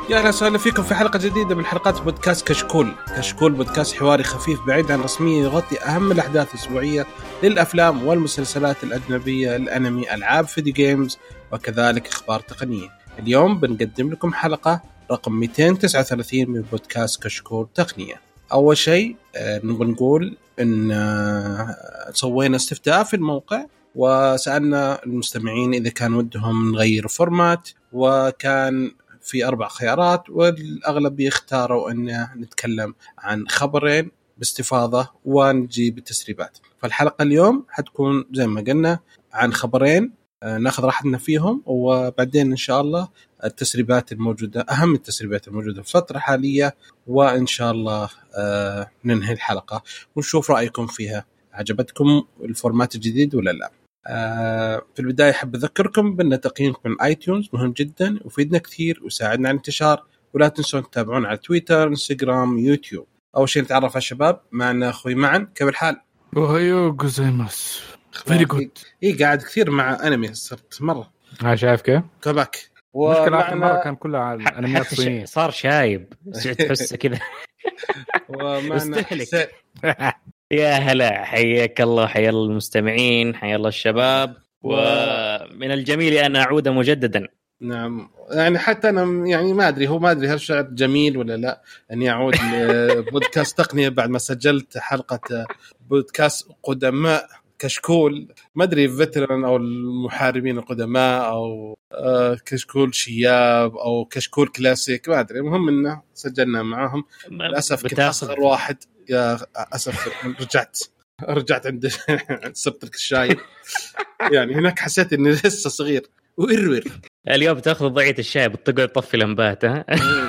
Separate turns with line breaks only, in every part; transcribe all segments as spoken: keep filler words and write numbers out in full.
يا أهلا وسهلا فيكم في حلقة جديدة من حلقات بودكاست كشكول. كشكول بودكاست حواري خفيف بعيد عن الرسمية، يغطي أهم الأحداث الأسبوعية للأفلام والمسلسلات الأجنبية، الأنمي، ألعاب فيديو جيمز، وكذلك إخبار تقنية. اليوم بنقدم لكم حلقة رقم مئتين وتسعة وثلاثين من بودكاست كشكول تقنية. أول شيء نبغى نقول إن سوينا استفتاء في الموقع وسألنا المستمعين إذا كان ودهم نغير فورمات، وكان في أربع خيارات، والأغلب يختاروا أن نتكلم عن خبرين باستفاضة ونجيب التسريبات. فالحلقة اليوم حتكون زي ما قلنا عن خبرين ناخذ راحتنا فيهم، وبعدين إن شاء الله التسريبات الموجودة، أهم التسريبات الموجودة في الفترة الحالية، وإن شاء الله ننهي الحلقة ونشوف رأيكم فيها. عجبتكم الفورمات الجديد ولا لا؟ آه في البداية حاب أذكركم بأن تقييمكم من آيتونز مهم جدا ويفيدنا كثير ويساعدنا على الانتشار. ولا تنسون تتابعونا على تويتر، انستغرام، يوتيوب. أول شيء نتعرف على الشباب. معنا أخوي معا، كيف الحال؟
وهيو جوزيماس فيري جود.
إيه قاعد كثير مع أنمي، صرت مرة
ها شايف كيف؟
كباك.
مشكلة آخر مرة كان كلها على الأنميات الصينية،
صار شايب تحس كذا.
ومعنا حسين.
يا هلا، حياك الله، حيا الله المستمعين، حيا الله الشباب، ومن الجميل أن أعود مجددا.
نعم، يعني حتى أنا يعني ما أدري، هو ما أدري هل شعر جميل ولا لا أني أعود لبودكاست تقنية بعد ما سجلت حلقة بودكاست قدماء كشكول، ما أدري فيتران أو المحاربين القدماء أو كشكول شياب أو كشكول كلاسيك، ما أدري. المهم إنه سجلنا معهم. للأسف كنت أصغر واحد، يا أسف رجعت رجعت عند سبتك الشايب. يعني هناك حسيت إني لسه صغير وإروير.
اليوم تأخذ ضيعة الشاي بتقعد تطفي لمبات. ها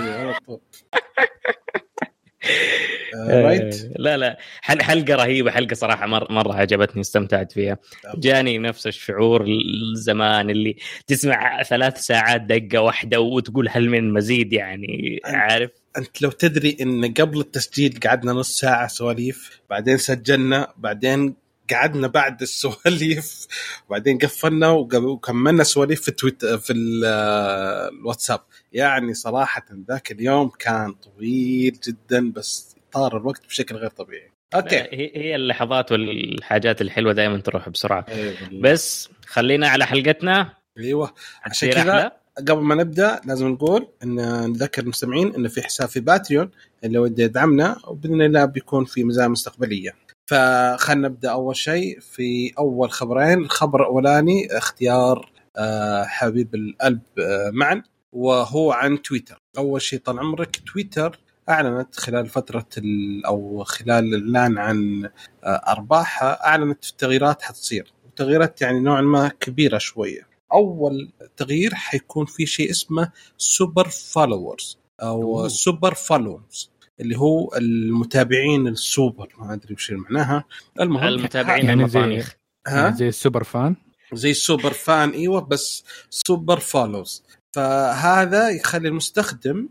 رايت.
لا لا حلقة رهيبة، حلقة صراحة مرة مرة عجبتني، استمتعت فيها. جاني نفس الشعور الزمان اللي تسمع ثلاث ساعات دقة واحدة وتقول هل من مزيد، يعني عارف.
أنت لو تدري إن قبل التسجيل قعدنا نص ساعة سواليف، بعدين سجلنا، بعدين قعدنا بعد السواليف، وبعدين قفلنا وكملنا سواليف في تويت في الواتساب. يعني صراحة ذاك اليوم كان طويل جدا، بس طار الوقت بشكل غير طبيعي. أوكي،
هي اللحظات والحاجات الحلوة دائما تروح بسرعة.
أيوة.
بس خلينا على حلقتنا.
أيوة، عشان كذا قبل ما نبدأ لازم نقول إن نذكر المستمعين إن في حساب في باتريون اللي ودي يدعمنا، وبإذن الله بيكون في مزايا مستقبلية. فخلنا نبدأ أول شيء في أول خبرين. الخبر الأولاني اختيار آه حبيب القلب آه معا، وهو عن تويتر. أول شيء طال عمرك، تويتر أعلنت خلال فترة أو خلال الإعلان عن آه أرباحها، أعلنت تغييرات حتصير، وتغييرات يعني نوعا ما كبيرة شوية. أول تغيير حيكون في شيء اسمه سوبر فولورز أو أوه. سوبر فولورز اللي هو المتابعين السوبر، ما أدري وش معناها. المهم
المتابعين
يعني
المطانيخ،
زي, يعني زي السوبر فان،
زي السوبر فان. ايوه، بس سوبر فولوز. فهذا يخلي المستخدم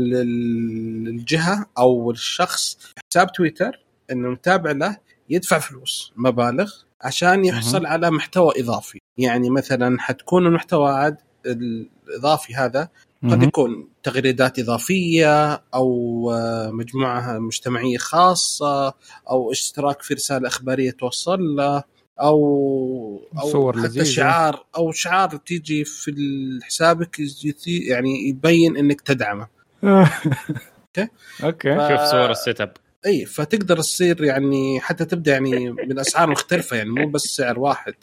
الجهة او الشخص حساب تويتر انه متابع له يدفع فلوس مبالغ عشان يحصل على محتوى اضافي. يعني مثلا حتكون المحتوى عاد الاضافي هذا قد يكون تغريدات إضافية أو مجموعة مجتمعية خاصة أو اشتراك في رسالة إخبارية توصل له أو أو حتى شعار أو شعار تيجي في حسابك يعني يبين إنك تدعمه.
أوكي أوكي
ف... شوف صور السيت اب.
أي، فتقدر تصير يعني حتى تبدأ يعني من أسعار مختلفة، يعني مو بس سعر واحد.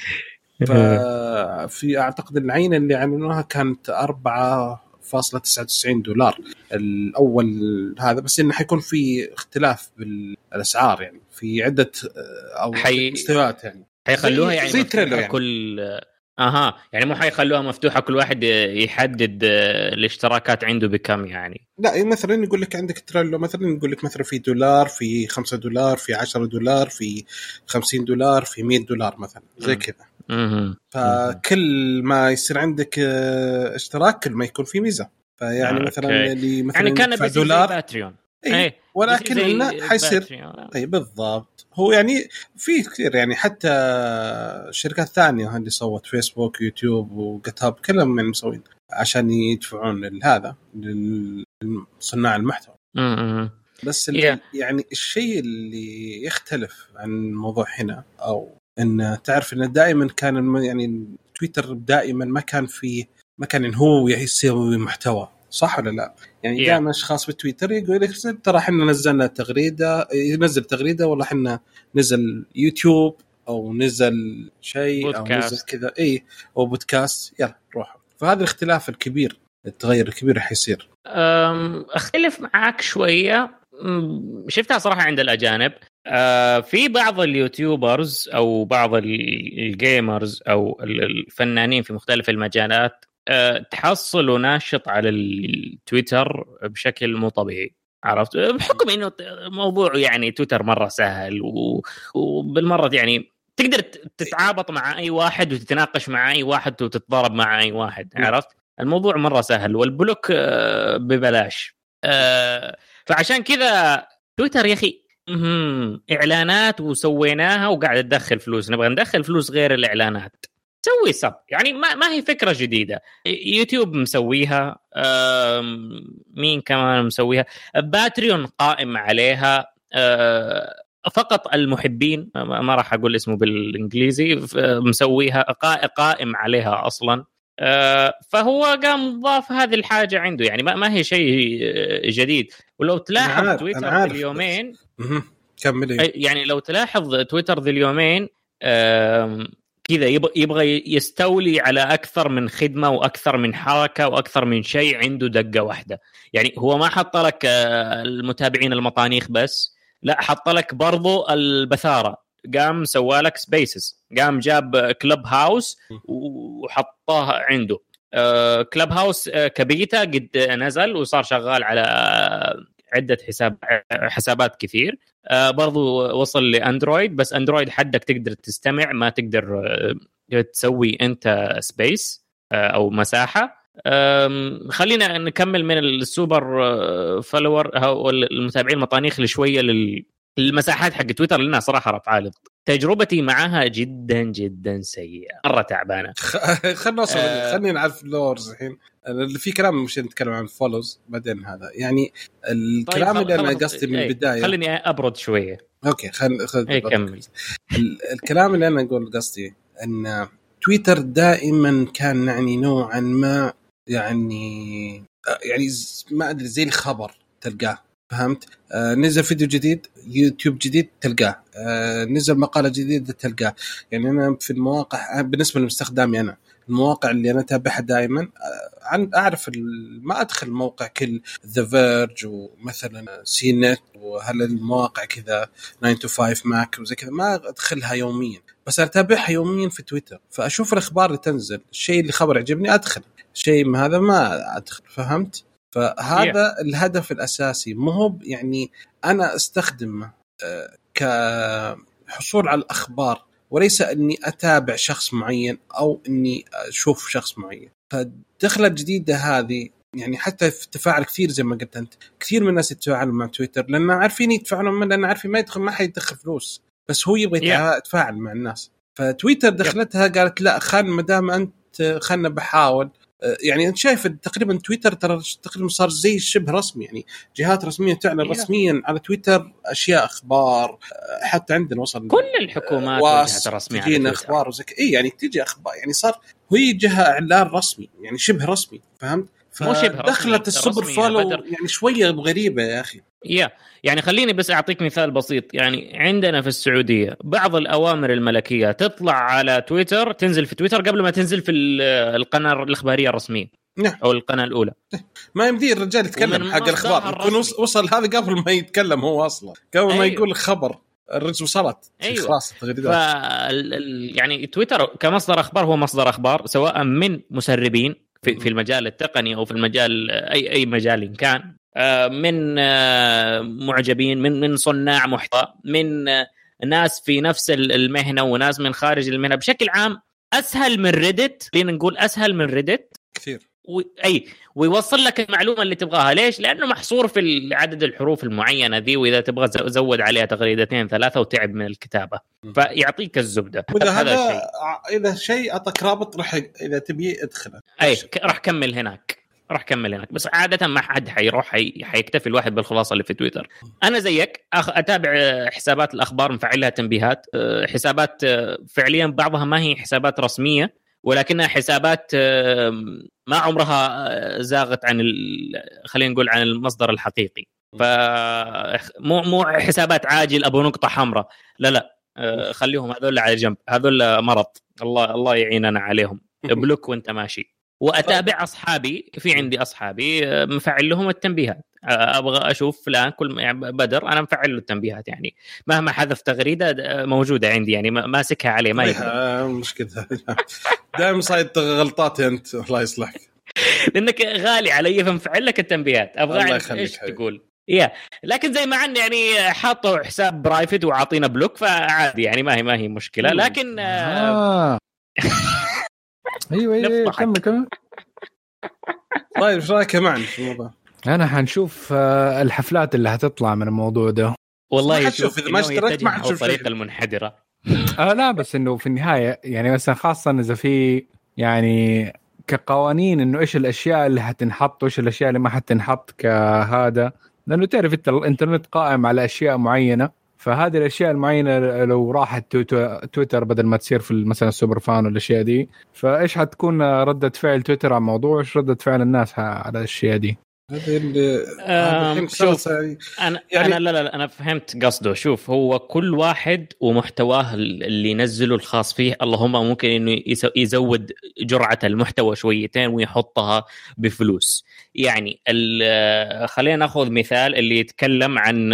ففي أعتقد العينة اللي عملوها كانت أربعة فاصلة تسعة وتسعين دولار الأول هذا، بس إنه حيكون في اختلاف بالأسعار، يعني في عدة أو
حي...
مستويات. يعني
حيخلوها يعني
مفتوحة
يعني. كل أها يعني مو حيخلوها مفتوحة، كل واحد يحدد الاشتراكات عنده بكم. يعني
لا، مثلا يقول لك عندك تريلو، مثلا يقول لك مثلا في دولار، في خمسة دولار، في عشرة دولار، في خمسين دولار، في مية دولار مثلا، زي كذا. فكل ما يصير عندك اشتراك كل ما يكون في ميزة. فيعني
آه،
مثلا
أوكي.
اللي مثلا
يعني كان
دولار
باتريون
اي, أي. ولكن انه حيصير اي بالضبط. هو يعني في كثير يعني حتى شركات ثانيه اللي صوت فيسبوك يوتيوب وجيت هاب كلهم من مسوين عشان يدفعون لهذا لصناع المحتوى.
م-م.
بس اللي yeah. يعني الشيء اللي يختلف عن الموضوع هنا او ان تعرف ان دائما كان يعني تويتر دائما ما كان فيه ما كان هو يسوي محتوى صح ولا لا يعني yeah. دائما اشخاص بتويتر يقول لك ترى احنا نزلنا تغريده ينزل تغريده والله احنا نزل يوتيوب او نزل شيء او نزل كذا اي او بودكاست يلا روحوا. فهذا الاختلاف الكبير التغير الكبير راح يصير.
اختلف معاك شويه شفتها صراحه عند الاجانب. في بعض اليوتيوبرز او بعض الجيمرز او الفنانين في مختلف المجالات تحصلوا ناشط على التويتر بشكل مو طبيعي عرفت بحكم انه موضوع يعني تويتر مره سهل وبالمره يعني تقدر تتعابط مع اي واحد وتتناقش مع اي واحد وتتضارب مع اي واحد عرفت الموضوع مره سهل والبلوك ببلاش. فعشان كذا تويتر يا اخي اعلانات وسويناها وقاعد تدخل فلوس نبغى ندخل فلوس غير الاعلانات سوي سب يعني ما ما هي فكره جديده. يوتيوب مسويها مين كمان مسويها باتريون قائم عليها فقط المحبين ما راح اقول اسمه بالانجليزي مسويها قائم عليها اصلا. فهو قام ضاف هذه الحاجه عنده يعني ما, ما هي شيء جديد. ولو تلاحظ تويتر اليومين
كمل
يعني لو تلاحظ تويتر ذي اليومين كذا يبغى يستولي على أكثر من خدمة وأكثر من حركة وأكثر من شيء عنده دقة واحدة. يعني هو ما حط لك المتابعين المطانيخ بس لا حط لك برضو البثارة قام سوالك سبيسز قام جاب كلب هاوس وحطها عنده. كلب هاوس كبيتا قد نزل وصار شغال على عدة حساب حسابات كثير. آه برضو وصل لأندرويد بس أندرويد حدك تقدر تستمع ما تقدر آه تسوي أنت سبيس آه أو مساحة. خلينا نكمل من السوبر آه فولور أو المتابعين المطانيخ لشوية للمساحات حق تويتر لأنها صراحة رفعالي. تجربتي معها جدا جدا سيئة مرة تعبانة.
خلنا نوصل آه خلينا نعرف لورز الحين اللي في كلام مش نتكلم عن فولوز بعدين هذا يعني الكلام طيب اللي أنا قصدي من البداية
خليني أبرد شوية.
أوكي خل خل
كمل.
الكلام اللي أنا أقول قصدي أن تويتر دائما كان يعني نوعا ما يعني يعني ما أدري زي الخبر تلقاه فهمت. آه نزل فيديو جديد يوتيوب جديد تلقاه آه نزل مقالة جديدة تلقاه. يعني أنا في المواقع بالنسبة لمستخدامي أنا المواقع اللي أنا أتابعها دائما عن أعرف ما أدخل موقع كل The Verge ومثلا سي نت وهل المواقع كذا ناين تو فايف ماك وزي كذا ما أدخلها يوميا بس أتابعها يوميا في تويتر فأشوف الأخبار اللي تنزل الشيء اللي خبر عجبني أدخل الشيء هذا ما أدخل فهمت. فهذا yeah. الهدف الأساسي مو هو يعني أنا أستخدمه كحصول على الأخبار وليس أني أتابع شخص معين أو أني أشوف شخص معين. فالدخلة الجديدة هذه يعني حتى في تفاعل كثير زي ما قلت أنت كثير من الناس يتفاعلوا مع تويتر لأن عارفين يتفاعلوا من لأن عارفين ما يدخل ما حد يدخل فلوس بس هو يبغى yeah. يتفاعل مع الناس. فتويتر دخلتها yeah. قالت لا خل مدام أنت خلنا بحاول يعني أنت شايف تقريبا تويتر ترى تقريبا صار زي شبه رسمي يعني جهات رسمية تعلن إيه. رسميا على تويتر أشياء أخبار حتى عندنا وصل
كل الحكومات والجهات الرسمية
تجينا أخبار وزك إيه يعني تيجي أخبار يعني صار هي جهة إعلان رسمي يعني شبه رسمي فهمت. فدخلت السوبر فولو يعني شوية غريبة يا أخي.
يا يعني خليني بس أعطيك مثال بسيط. يعني عندنا في السعودية بعض الأوامر الملكية تطلع على تويتر تنزل في تويتر قبل ما تنزل في القناة الإخبارية الرسمية
نعم.
أو القناة الأولى.
ما يمدي الرجال يتكلم حق الأخبار يكون وصل هذا قبل ما يتكلم هو أصلا قبل أيوه. ما يقول الخبر الرجل وصلت
أيوه.
خلاص
تغريدات. يعني تويتر كمصدر أخبار هو مصدر أخبار سواء من مسربين في في المجال التقني أو في المجال أي أي مجال إن كان من معجبين من من صناع محتوى من ناس في نفس المهنة وناس من خارج المهنة بشكل عام. أسهل من ريدت لين نقول أسهل من ريدت
كثير
و... اي ويوصل لك المعلومه اللي تبغاها. ليش؟ لانه محصور في عدد الحروف المعينه ذي، واذا تبغى تزود عليها تغريدتين ثلاثه وتعب من الكتابه فيعطيك الزبده.
واذا هذا الشيء اذا شيء اعطاك رابط راح اذا تبي ادخله
اي راح كمل هناك راح كمل هناك. بس عاده ما حد حيروح حي... حيكتفي الواحد بالخلاصه اللي في تويتر. انا زيك أخ... اتابع حسابات الاخبار مفعلها تنبيهات، حسابات فعليا بعضها ما هي حسابات رسميه ولكنها حسابات ما عمرها زاغت عن ال... خلينا نقول عن المصدر الحقيقي. فمو مو حسابات عاجل ابو نقطه حمراء، لا لا خليهم هذول على جنب، هذول مرض الله الله يعيننا عليهم. بلوك وانت ماشي. واتابع اصحابي، في عندي اصحابي مفعل لهم التنبيهات، ابغى اشوف فلان كل يعني بدر انا مفعل له التنبيهات، يعني مهما حذف تغريده موجوده عندي، يعني ماسكها عليه ما
يقدر. مشكله دائما صايد غلطات انت الله يصلحك
لانك غالي علي فمفعل لك التنبيهات، ابغى ايش تقول يا لكن زي ما عندي يعني حاطه حساب برايفت وعاطينا بلوك فعادي يعني ما هي ما هي مشكله. لكن
آه. ايوه ايوه كمل كمل.
طيب ايش رايك معنا في الموضوع؟
انا حنشوف الحفلات اللي هتطلع من الموضوع ده.
والله
شوف اذا ما اشتركت ما حتشوف
الطريقه المنحدره.
آه لا بس انه في النهايه يعني مثلا خاصه اذا في يعني كقوانين انه ايش الاشياء اللي حتنحط وايش الاشياء اللي ما حتنحط كهذا، لانه تعرف انت الانترنت قائم على اشياء معينه، فهذه الاشياء المعينه لو راحت تويتر بدل ما تصير في مثلا السوبر فان والاشياء دي، فايش حتكون رده فعل تويتر على الموضوع وايش رده فعل الناس على الاشياء دي؟
هذا اللي
شوف انا يعني... انا لا لا انا فهمت قصده. شوف هو كل واحد ومحتواه اللي ينزله الخاص فيه، اللهم ممكن انه يزود جرعه المحتوى شويتين ويحطها بفلوس. يعني خلينا ناخذ مثال اللي يتكلم عن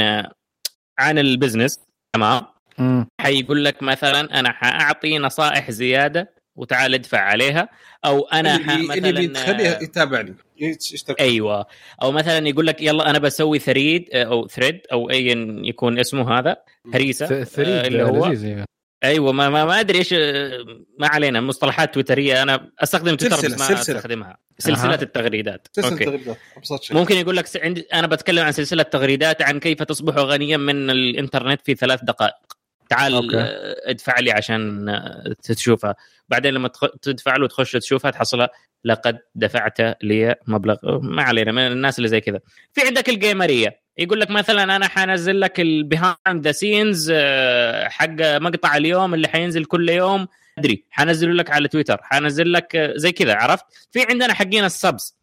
عن البزنس، تمام؟ حيقول لك مثلا انا حاعطي نصائح زياده وتعال ادفع عليها، او انا
اللي مثلا اللي بيدخل يتابعني يشترك.
ايوه، او مثلا يقول لك يلا انا بسوي ثريد او ثريد او ايا يكون اسمه هذا هريسه
ثريد اللي هو لذيذ.
ايوه ما ما, ما ادري ايش، ما علينا مصطلحات تويتريه انا استخدم تويتر بس ما
سلسلة.
استخدمها سلسله أه. التغريدات.
سلسلة التغريدات
ممكن يقول لك عندي انا بتكلم عن سلسله تغريدات عن كيف تصبح غنيا من الانترنت في ثلاث دقائق، تعال أوكي. ادفع لي عشان تشوفها. بعدين لما تدفع له تخش تشوفها تحصلها لقد دفعت لي مبلغ. ما علينا من الناس اللي زي كذا. في عندك الجيمريه، يقول لك مثلا انا حنزل لك البيهايند ذا سينز حق مقطع اليوم اللي حينزل كل يوم، ادري حنزله لك على تويتر، حنزل لك زي كذا، عرفت؟ في عندنا حقين السبس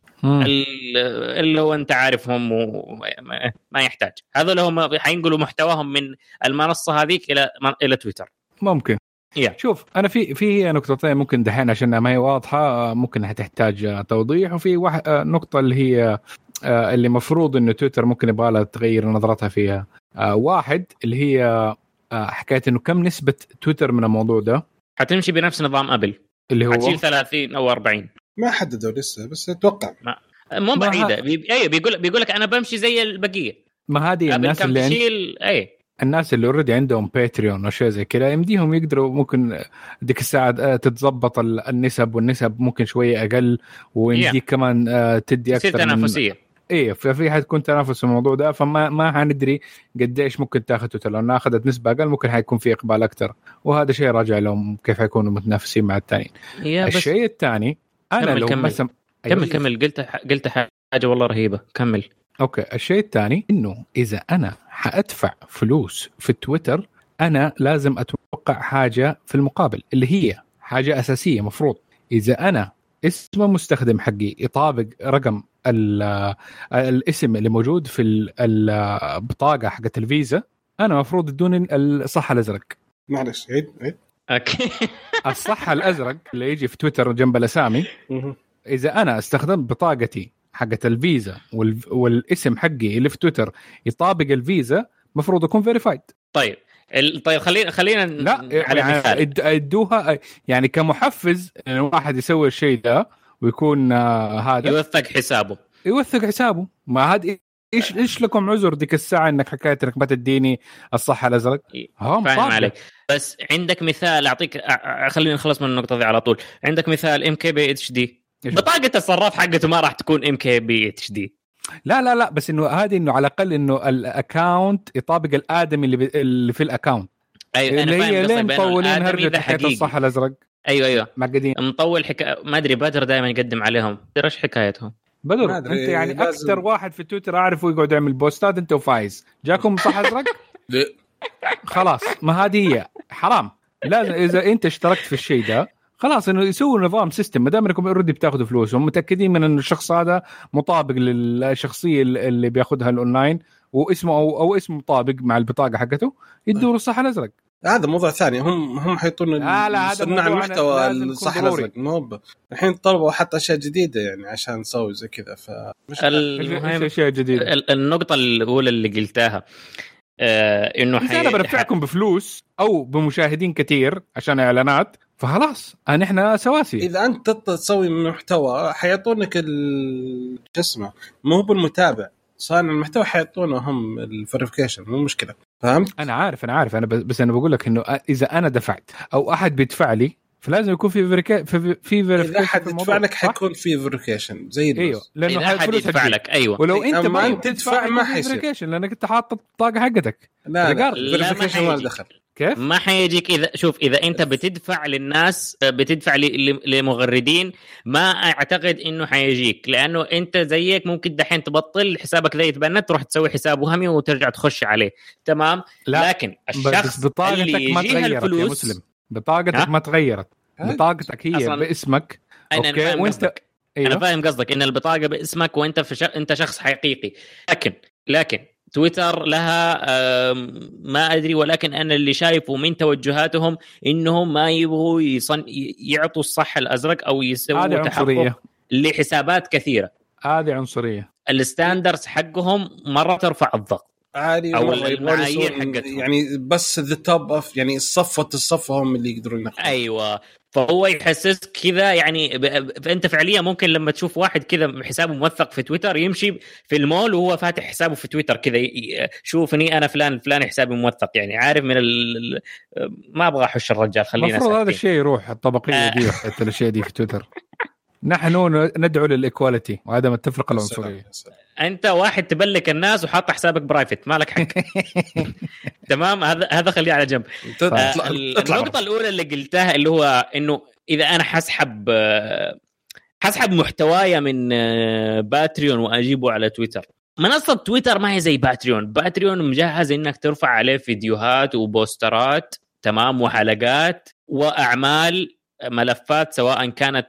اللي هو انت عارفهم وما يحتاج، هذول هم حينقلوا محتواهم من المنصه هذيك الى الى تويتر
ممكن.
yeah.
شوف انا في في نقطتين ممكن دحين عشان ما هي واضحه ممكن هتحتاج توضيح، وفي واحد نقطه اللي هي اللي مفروض انه تويتر ممكن يبغى لها تغير نظرتها فيها. واحد اللي هي حكايه انه كم نسبه تويتر من الموضوع ده
حتمشي بنفس نظام ابل اللي هو حتشيل ثلاثين او أربعين،
ما حددوا لسه بس اتوقع
ما مو بعيده. بي... اي بيقول بيقول لك انا بمشي زي البقيه.
ما هذه الناس اللي
تشيل اي
الناس اللي اوريدي عندهم باتريون وشيء زي كذا يمديهم يقدروا ممكن ديك الساعه تتضبط النسب، والنسب ممكن شويه اقل، ويمديك yeah. كمان تدي اكثر
تنافسيه
من... ايه ففي حتكون تنافس في الموضوع ده، فما ما حندري قديش ممكن تاخذ تويتر. لو اخذت نسبه اقل ممكن حيكون في اقبال اكثر، وهذا شيء راجع لهم كيف حيكونوا متنافسين مع الثانيين. الشيء الثاني انا
كمل
لو
كمل.
مثلا
كمل كمل قلت قلت حاجه والله رهيبه، كمل.
اوكي الشيء الثاني انه اذا انا حادفع فلوس في تويتر انا لازم اتوقع حاجه في المقابل اللي هي حاجه اساسيه. مفروض اذا انا اسم المستخدم حقي يطابق رقم الاسم اللي موجود في البطاقه حقت الفيزا، انا مفروض ادوني الصح الازرق.
معلش عيد عيد
اوكي
الصح الازرق اللي يجي في تويتر جنب الاسامي. اذا انا استخدمت بطاقتي حقت الفيزا والاسم حقي اللي في تويتر يطابق الفيزا مفروض اكون فيريفايد.
طيب طيب خلينا خلينا
لا على يعني مثال ادوها يعني كمحفز ان واحد يسوي الشيء ده ويكون آه هذا
يوثق حسابه
يوثق حسابه. ما هذا ايش ايش لكم عذر ديك الساعه انك حكايه انك ما تديني الصح الازرق؟
فاهم عليك. بس عندك مثال اعطيك، خلينا نخلص من النقطه دي على طول. عندك مثال ام كي بي اتش دي بطاقه الصراف حقته ما راح تكون ام كي بي اتش دي.
لا لا لا بس انه هذه انه على الاقل انه الاكاونت يطابق الادمي اللي, اللي في الاكاونت.
ايوه انا فاهم
لين مطولين هرجة حكايه الصح الازرق.
ايوه ايوه
معقدين
مطول حكايه ما ادري. بدر دائما يقدم عليهم ايش حكايتهم
بدر. انت يعني لازم. اكثر واحد في تويتر اعرفه يقعد يعمل بوستات انت وفايز جاكم صح ازرق. خلاص ما هذه هي حرام. لازم اذا انت اشتركت في الشيء ده خلاص انه يسووا نظام سيستم ما دام انكم اوريدي بتاخذوا فلوسهم متاكدين من ان الشخص هذا مطابق للشخصيه اللي بياخذها الاونلاين واسمه او او اسمه مطابق مع البطاقه حقته يدور الصح الازرق.
هذا موضوع ثاني. هم هم حيطون صناع المحتوى الصح الازرق مو الحين طلبوا حتى اشياء جديده يعني عشان نسوي زي كذا. فمش
المهم
اشياء جديده.
النقطه الاولى اللي قلتها آه انه
حي... انا برفعكم بفلوس او بمشاهدين كتير عشان اعلانات فخلاص احنا سواسي.
اذا انت تسوي محتوى حيعطونك الجسمه مو بالمتابع صانع المحتوى حيعطونه هم الفيريفيكيشن مو مشكله. فهمت؟
انا عارف انا عارف انا بس انا بقول لك انه اذا انا دفعت او احد بيدفع لي فلازم يكون في فيريكا في فيريفيكيشن.
اذا حد يدفع لك حيكون في فيريفيكيشن زي الناس.
ايوه لانه
اذا حد يدفع لك ايوه.
ولو انت
ما انت تدفع ما حيصير
لانك انت حاطط الطاقه حقتك.
لا لا فيريفيكيشن ما دخل.
كيف ما حيجيك اذا شوف اذا انت بتدفع للناس بتدفع لمغردين ما اعتقد انه حيجيك لانه انت زيك ممكن دحين تبطل حسابك ذا يتبنت تروح تسوي حساب وهمي وترجع تخش عليه تمام. لكن الشخص اللي
ما تغيرت يا مسلم بطاقتك ها؟ ما تغيرت بطاقتك هي باسمك.
اوكي أنا وانت أيوه؟ انا فاهم قصدك ان البطاقه باسمك وانت في ش... انت شخص حقيقي. لكن لكن تويتر لها ما أدري ولكن أنا اللي شايفه من توجهاتهم إنهم ما يبغوا يصن يعطوا الصح الأزرق أو يسووا تحقق لحسابات كثيرة.
هذه عنصرية.
الستاندرز حقهم مرة ترفع الضغط
عادي أو المعايير حقتهم يعني بس the top of يعني الصفة الصفة هم اللي يقدرون ينقلوا.
أيوة فهو يحسسك كذا يعني فأنت فعليا ممكن لما تشوف واحد كذا حسابه موثق في تويتر يمشي في المول وهو فاتح حسابه في تويتر كذا شوفني أنا فلان فلان حسابي موثق يعني عارف من ال... ما أبغى أحش الرجال خلينا
المفروض هذا الشيء يروح الطبقية دي حتى الأشياء دي في تويتر. نحن ندعو للإيكواليتي وعدم التفرقة العنصرية.
أنت واحد تبلك الناس وحاط حسابك برايفت مالك حق. تمام هذا هذا خليه على جنب. آه النقطة الأولى اللي قلتها اللي هو إنه إذا أنا حسحب حسحب محتواي من باتريون وأجيبه على تويتر. منصة تويتر ما هي زي باتريون. باتريون مجهز إنك ترفع عليه فيديوهات وبوسترات تمام وحلقات وأعمال ملفات سواء كانت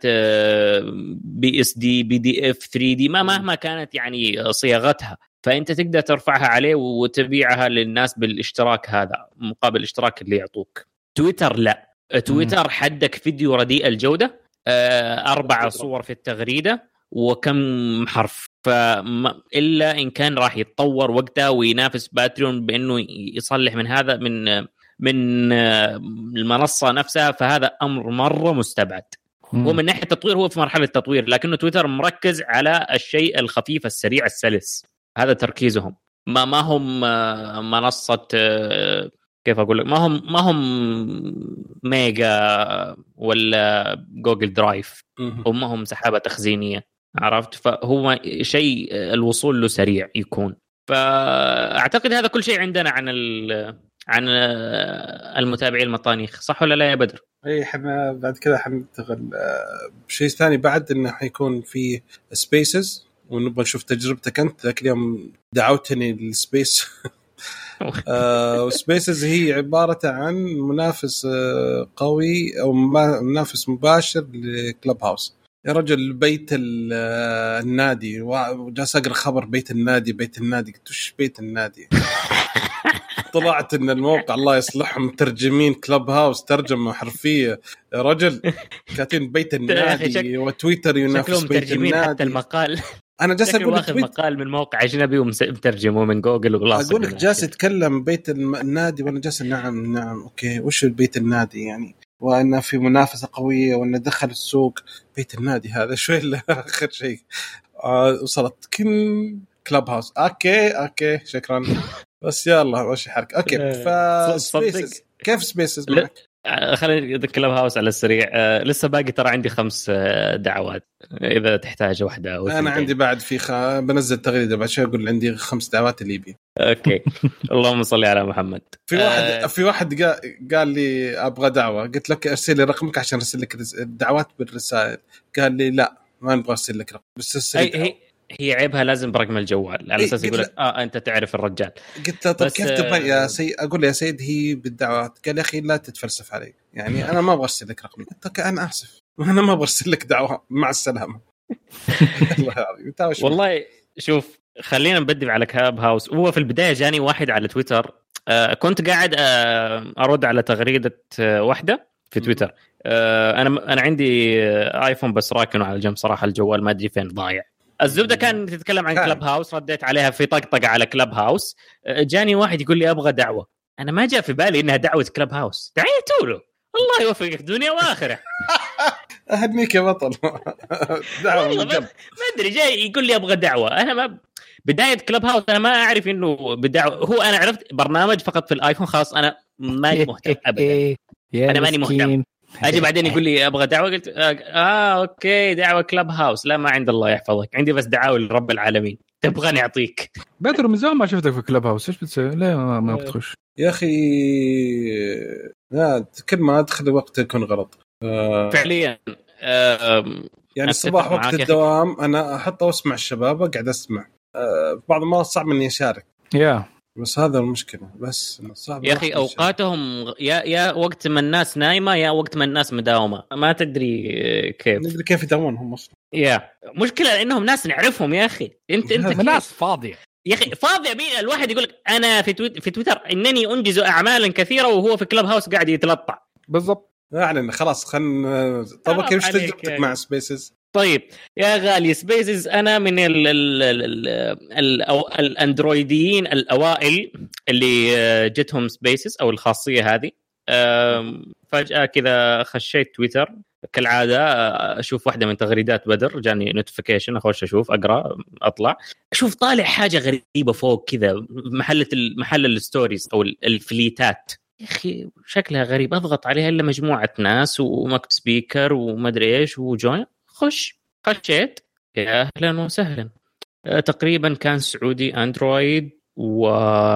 بي اس دي بي دي اف ثري دي ما مهما كانت يعني صياغتها فانت تقدر ترفعها عليه وتبيعها للناس بالاشتراك هذا مقابل الاشتراك اللي يعطوك. تويتر لا تويتر حدك فيديو رديء الجودة أربع صور في التغريدة وكم حرف فإلا إن كان راح يتطور وقتها وينافس باتريون بأنه يصلح من هذا من من المنصة نفسها فهذا أمر مرة مستبعد. ومن ناحية التطوير هو في مرحلة تطوير لكنه تويتر مركز على الشيء الخفيف السريع السلس هذا تركيزهم. ما ما هم منصة كيف أقول لك ما هم ما هم ميجا ولا جوجل درايف هم هم سحابة تخزينية عرفت. فهو شيء الوصول له سريع يكون. فأعتقد هذا كل شيء عندنا عن عن المتابعين المطانيخ صح ولا لا يا بدر؟
اي احنا بعد كذا حننتقل بشيء ثاني بعد انه حيكون في سبيسز ونبغى نشوف تجربتك انت. ذاك اليوم دعوتني للسبيس سبيسز هي عبارة عن منافس قوي او منافس مباشر لكلوب هاوس. يا رجل بيت النادي وجالس اقرا خبر بيت النادي بيت النادي قلت وش بيت النادي طلعت ان الموقع الله يصلحهم ترجمين كلوب هاوس ترجمه حرفيه يا رجل كاتين بيت النادي وتويتر ينافس بيت النادي.
حتى المقال
انا جالس اقول
لك مقال من موقع اجنبي ومترجمه من جوجل وخلاص
اقول لك جالس يتكلم بيت النادي وانا جالس نعم نعم اوكي وش البيت النادي يعني وأن في منافسة قوية وأن دخل السوق بيت النادي هذا شوي آخر شيء آه وصلت كن كلاب هاوس أوكي أوكي شكرا بس يلا ماشي حركة أوكي فسبيسز كيف سبيسز معك؟
خلينا كلاب هاوس على السريع. آه لسه باقي ترى عندي خمس آه دعوات اذا تحتاج واحده أو
انا
تنتين.
عندي بعد في خ... بنزل تغريده بعد شوي اقول عندي خمس دعوات اللي يبي.
اوكي. اللهم صل على محمد.
في واحد
آه
في واحد قال, قال لي ابغى دعوه، قلت لك ارسل لي رقمك عشان ارسل لك الدعوات بالرسائل، قال لي لا ما نبغى ارسل لك رقم بس ارسل لي.
هي هي عيبها لازم برقم الجوال على اساس يقول لك اه انت تعرف الرجال.
قلت له طب كيف تبغى يا سيد؟ اقول له يا سيد هي بالدعوات. قال يا اخي لا تتفلسف علي، يعني انا ما ابغى ارسل لك رقمي. قلت له انا اسف انا ما برسل لك دعوه، مع السلامه.
والله شوف خلينا نبدي على كلاب هاوس. هو في البدايه جاني واحد على تويتر، آه كنت قاعد آه ارد على تغريده آه واحده في تويتر. آه انا انا عندي آه ايفون بس راكنه على جنب صراحه، الجوال ما ادري فين ضايع. الزبده كان تتكلم عن كلاب هاوس، رديت عليها في طقطقه على كلاب هاوس. آه جاني واحد يقول لي ابغى دعوه، انا ما جاء في بالي انها دعوه كلاب هاوس. دعيتوا له الله يوفقك دنيا واخره.
اهنيك يا بطل. دعوه
ما ادري جاي يقول لي ابغى دعوه. انا ما بدايه كلاب هاوس انا ما اعرف انه بدعوه، هو انا عرفت برنامج فقط في الايفون خلاص، انا ماني مهتم ابدا. انا ماني مهتم. اجي بعدين يقول لي ابغى دعوه، قلت اه اوكي دعوه كلاب هاوس. لا ما عند الله يحفظك، عندي بس دعاوى لرب العالمين. تبغاني اعطيك
بدر من زمان ما شفتك في كلاب هاوس، ايش بتسوي؟ ليه ما, ما بتخش
يا اخي؟ لا كل ما ادخل وقت يكون غلط آه
فعليا. آه
يعني الصباح وقت الدوام انا احط واسمع الشباب قاعد اسمع. آه بعض المرات صعب اني اشارك
يا yeah.
بس هذا المشكله. بس صعب
يا اخي اوقاتهم يا يا وقت ما الناس نايمه يا وقت ما الناس مداومه، ما تدري كيف
ندري كيف يداومونهم اصلا.
يا مشكله انهم ناس نعرفهم يا اخي. انت انت
ناس فاضيه
يا اخي فاضيه. مين الواحد يقول لك انا في تويت في تويتر انني انجز اعمالا كثيره وهو في كلاب هاوس قاعد يتلطع
بالضبط. يعني خلاص خلنا. طب كيف تجربتك مع سبيسز؟
طيب يا غالي سبيسز انا من ال ال ال ال الاندرويديين الاوائل اللي جتهم سبيسز او الخاصيه هذه. فجاه كذا خشيت تويتر كالعاده اشوف واحده من تغريدات بدر، جاني نوتيفيكيشن اخش اشوف اقرا اطلع اشوف طالع حاجه غريبه فوق كذا محله محل الستوريز او الفليتات. يا اخي شكلها غريب، اضغط عليها الا مجموعه ناس ومكتب سبيكر وما ادري ايش وجوين. خش خشيت يا اهلا وسهلا. أه تقريبا كان سعودي اندرويد و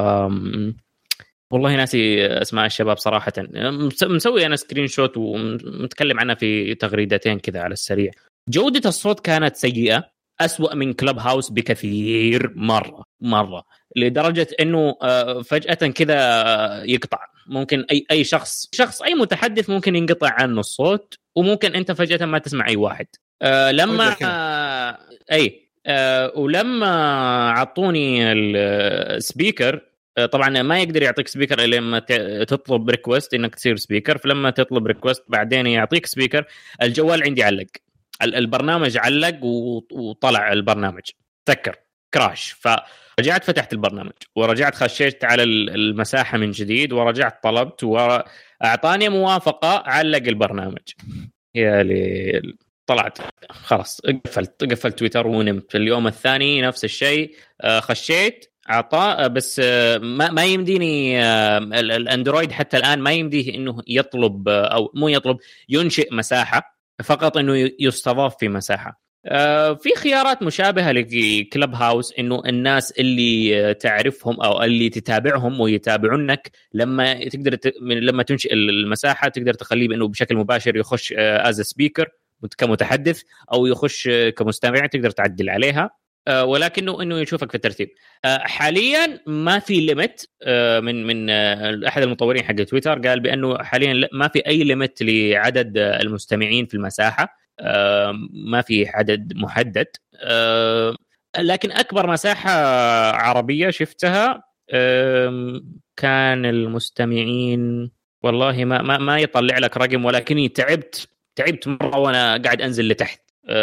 والله ناسي اسماء الشباب صراحه. مسوي انا سكرين شوت ومتكلم عنها في تغريدتين كذا على السريع. جوده الصوت كانت سيئه، أسوأ من كلاب هاوس بكثير مره مره، لدرجه انه فجاه كذا يقطع. ممكن اي اي شخص شخص اي متحدث ممكن ينقطع عنه الصوت، وممكن انت فجاه ما تسمع اي واحد. أه لما أه اي أه ولما عطوني السبيكر، أه طبعا ما يقدر يعطيك سبيكر الا لما تطلب ريكوست انك تصير سبيكر. فلما تطلب ريكوست بعدين يعطيك سبيكر. الجوال عندي علق، البرنامج علق وطلع البرنامج سكر كراش. فرجعت فتحت البرنامج ورجعت خشيت على المساحة من جديد ورجعت طلبت وأعطاني موافقة، علق البرنامج. يا لي طلعت خلاص قفلت قفلت تويتر ونمت. اليوم الثاني نفس الشيء، خشيت عطاء بس ما ما يمديني الاندرويد حتى الآن ما يمديه إنه يطلب أو مو يطلب ينشئ مساحة، فقط إنه يستضاف في مساحة. في خيارات مشابهة لكلاب هاوس، إنه الناس اللي تعرفهم أو اللي تتابعهم ويتابعونك لما تقدر ت... لما تنشئ المساحة تقدر تخليه بأنه بشكل مباشر يخش as a speaker كمتحدث أو يخش كمستمع، تقدر تعدل عليها. ولكنه إنه يشوفك في الترتيب. حاليا ما في ليميت. من من أحد المطورين حق تويتر قال بأنه حاليا ما في أي ليميت لعدد المستمعين في المساحة، ما في عدد محدد. لكن أكبر مساحة عربية شفتها كان المستمعين والله ما ما ما يطلع لك رقم، ولكني تعبت تعبت مرة وأنا قاعد أنزل لتحت،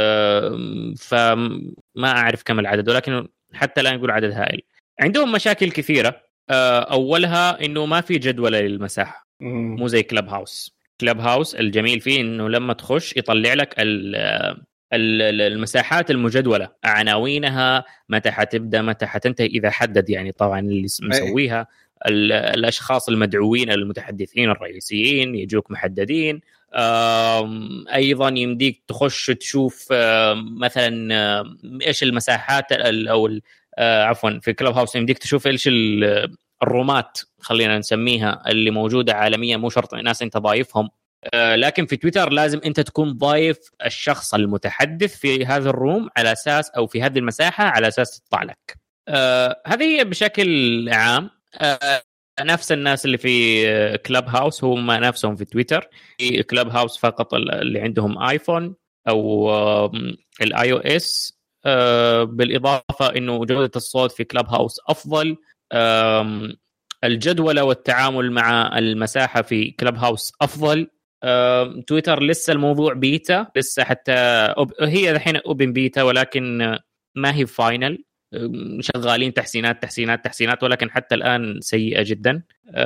فما أعرف كم العدد، ولكن حتى الآن يقول عدد هائل. عندهم مشاكل كثيرة. أولها إنه ما في جدولة للمساحة، مو زي كلاب هاوس. كلاب هاوس الجميل فيه إنه لما تخش يطلع لك المساحات المجدولة، عناوينها، متى حتبدأ متى حتنتهي إذا حدد يعني طبعا اللي مسويها الاشخاص المدعوين المتحدثين الرئيسيين يجوك محددين. ايضا يمديك تخش تشوف مثلا ايش المساحات او عفوا في كلوب هاوس يمديك تشوف ايش الرومات خلينا نسميها اللي موجوده عالميا، مو شرط ناس انت ضايفهم. لكن في تويتر لازم انت تكون ضايف الشخص المتحدث في هذا الروم على اساس او في هذه المساحه على اساس تطلع لك. هذه بشكل عام نفس الناس اللي في كلاب هاوس هم نفسهم في تويتر. في كلاب هاوس فقط اللي عندهم ايفون او الاي او اس، بالاضافه انه جوده الصوت في كلاب هاوس افضل. الجدول والتعامل مع المساحه في كلاب هاوس افضل. تويتر لسه الموضوع بيتا، لسه حتى هي الحين اوبن بيتا ولكن ما هي فاينل، شغالين تحسينات تحسينات تحسينات ولكن حتى الآن سيئة جدا.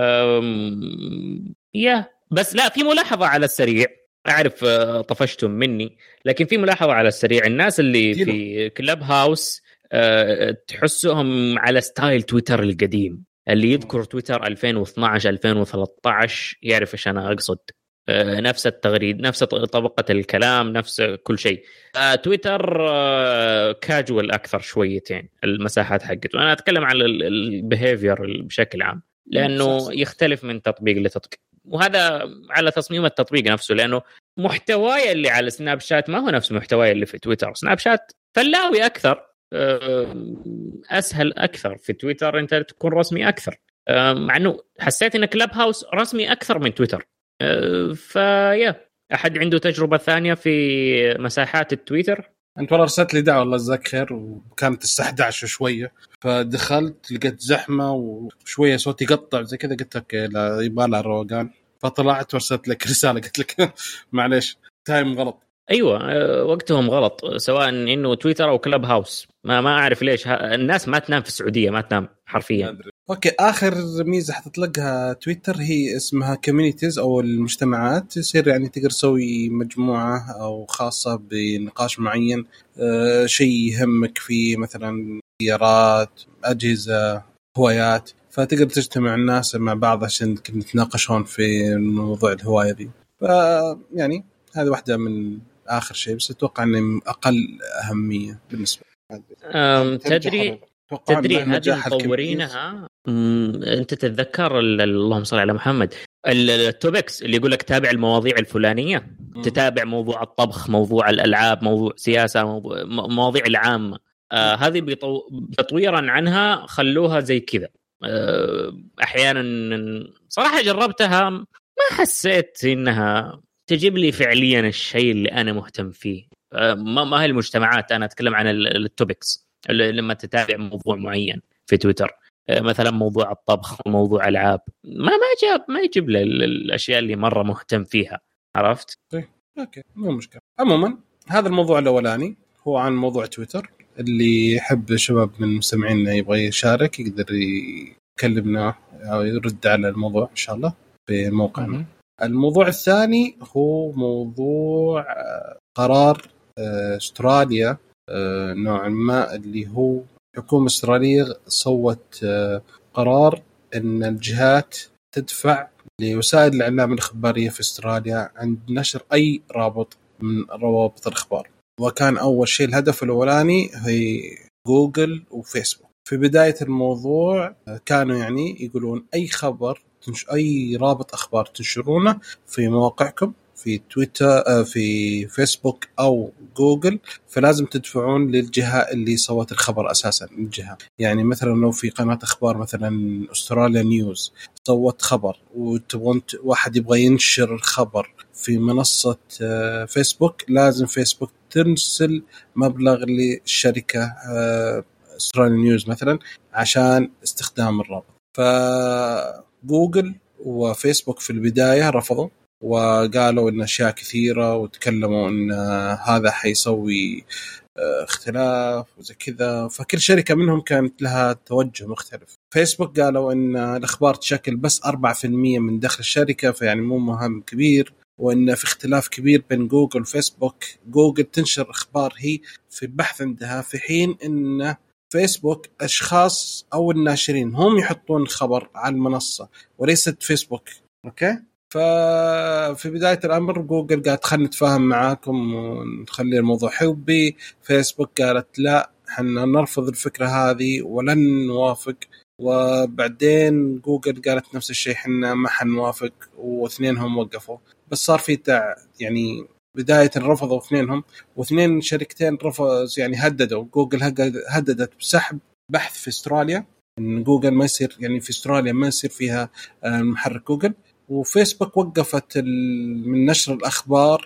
يا بس لا، في ملاحظة على السريع، أعرف طفشتم مني لكن في ملاحظة على السريع. الناس اللي في كلاب هاوس تحسهم على ستايل تويتر القديم، اللي يذكر تويتر ألفين واثناشر ألفين وثلاثة عشر يعرف إيش أنا أقصد. نفس التغريد، نفس طبقة الكلام، نفس كل شيء. تويتر كاجوال أكثر شويتين المساحات حقته. أنا أتكلم عن البيهيفير بشكل عام لأنه يختلف من تطبيق لتطبيق، وهذا على تصميم التطبيق نفسه، لأنه محتواي اللي على سناب شات ما هو نفس محتواي اللي في تويتر. سناب شات فلاوي أكثر، أسهل أكثر. في تويتر أنت تكون رسمي أكثر، مع أنه حسيت أن كلاب هاوس رسمي أكثر من تويتر. فيا أحد عنده تجربة ثانية في مساحات التويتر؟
أنت والله رسلت لي دعوة الله يجزاك خير، وكانت الساعة إحدى عشر شوية، فدخلت لقيت زحمة وشوية صوتي يقطع زي كذا، قلت لك لا يبالع الروقان، فطلعت ورسلت لك رسالة قلت لك معليش تايم غلط.
أيوة وقتهم غلط، سواء إنه تويتر أو كلاب هاوس. ما ما أعرف ليش الناس ما تنام في السعودية، ما تنام حرفيا.
اوكي، اخر ميزه حتطلقها تويتر هي اسمها كوميونيتيز او المجتمعات. يصير يعني تقدر تسوي مجموعه او خاصه بنقاش معين، أه شيء يهمك فيه، مثلا سيارات، اجهزه، هوايات، فتقدر تجتمع الناس مع بعض عشان تتناقشون في موضوع الهوايه دي. ف يعني هذه واحده من اخر شيء، بس اتوقع انه اقل اهميه بالنسبه
لي. تدري تدري هذه مطورينها. انت تتذكر اللهم صل على محمد التوبكس اللي يقول لك تابع المواضيع الفلانيه، م. تتابع موضوع الطبخ، موضوع الالعاب، موضوع سياسه، موضوع مواضيع العامه. آه هذه بطو... تطويرا عنها خلوها زي كذا. آه احيانا صراحه جربتها ما حسيت انها تجيب لي فعليا الشيء اللي انا مهتم فيه. آه ما هي المجتمعات، انا اتكلم عن التوبكس لما تتابع موضوع معين في تويتر، مثلا موضوع الطبخ وموضوع العاب، ما ما جاب ما يجيب لي الاشياء اللي مره مهتم فيها. عرفت؟
اوكي مو مشكله. عموما هذا الموضوع الاولاني هو عن موضوع تويتر. اللي يحب شباب من مستمعينا يبغى يشارك يقدر يكلمنا او يرد على الموضوع ان شاء الله في موقعنا. الموضوع الثاني هو موضوع قرار استراليا نوعا ما، اللي هو حكومة استرالية صوت قرار أن الجهات تدفع لوسائل الإعلام الإخبارية في استراليا عند نشر أي رابط من روابط الإخبار. وكان أول شيء الهدف الأولاني هي جوجل وفيسبوك. في بداية الموضوع كانوا يعني يقولون أي خبر تنش... أي رابط أخبار تنشرونه في مواقعكم في تويتر في فيسبوك أو جوجل فلازم تدفعون للجهة اللي صوت الخبر أساسا. الجهة يعني مثلا لو في قناة أخبار مثلا أستراليا نيوز صوت خبر وتبغون واحد يبغى ينشر الخبر في منصة فيسبوك، لازم فيسبوك ترسل مبلغ للشركة أستراليا نيوز مثلا عشان استخدام الرابط. فجوجل وفيسبوك في البداية رفضوا وقالوا إن أشياء كثيرة وتكلموا إن هذا حيسوي اختلاف وزي كذا، فكل شركة منهم كانت لها توجه مختلف. فيسبوك قالوا إن الأخبار تشكل بس أربعة بالمئة من دخل الشركة فيعني مو مهم كبير، وإن في اختلاف كبير بين جوجل وفيسبوك. جوجل تنشر أخبار هي في البحث عندها، في حين إن فيسبوك أشخاص أو الناشرين هم يحطون خبر على المنصة وليست فيسبوك. أوكي، ففي بداية الأمر جوجل قالت خلنا نتفاهم معاكم ونخلي الموضوع حبي. فيسبوك قالت لا، حنا نرفض الفكرة هذه ولن نوافق. وبعدين جوجل قالت نفس الشيء، حنا ما حنوافق، واثنينهم وقفوا. بس صار في تع يعني بداية رفضوا اثنينهم، واثنين شركتين رفضوا يعني هددوا. جوجل هددت بسحب بحث في استراليا، ان جوجل ما يصير يعني في استراليا ما يصير فيها محرك جوجل. وفيسبوك وقفت من نشر الأخبار،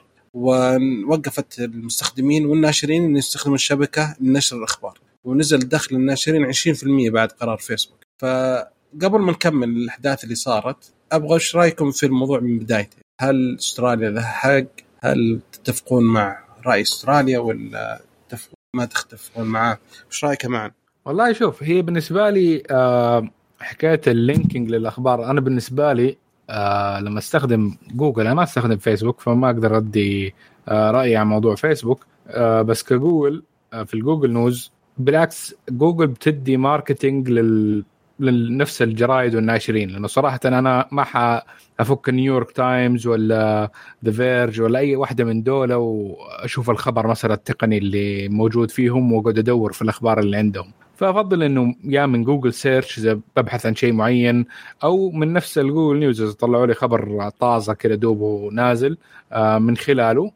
ووقفت المستخدمين والناشرين أن يستخدموا الشبكة لنشر الأخبار، ونزل دخل الناشرين عشرين بالمئة بعد قرار فيسبوك. فقبل ما نكمل الأحداث اللي صارت، أبغى إيش رأيكم في الموضوع من بدايته؟ هل أستراليا لها حق؟ هل تتفقون مع رأي أستراليا ولا تتفقون ما تختلفون معاه؟ إيش رأيك معا؟
والله شوف، هي بالنسبة لي آه حكاية اللينكينج للأخبار، أنا بالنسبة لي آه لما استخدم جوجل، أنا ما استخدم فيسبوك فما أقدر أدي آه رأيي عن موضوع فيسبوك. آه بس كجوجل آه في الجوجل نيوز بالعكس، جوجل بتدي ماركتينج لل لنفس الجرائد والناشرين. لأنه صراحة أنا ما حأفك نيويورك تايمز ولا ذا فيرج ولا أي واحدة من دولة وأشوف الخبر مثلا التقني اللي موجود فيهم وقعد أدور في الأخبار اللي عندهم. فأفضل إنه يا من جوجل سيرش إذا ببحث عن شيء معين، أو من نفس الجوجل نيوز إذا طلعوا لي خبر طازة كده دوبه نازل من خلاله.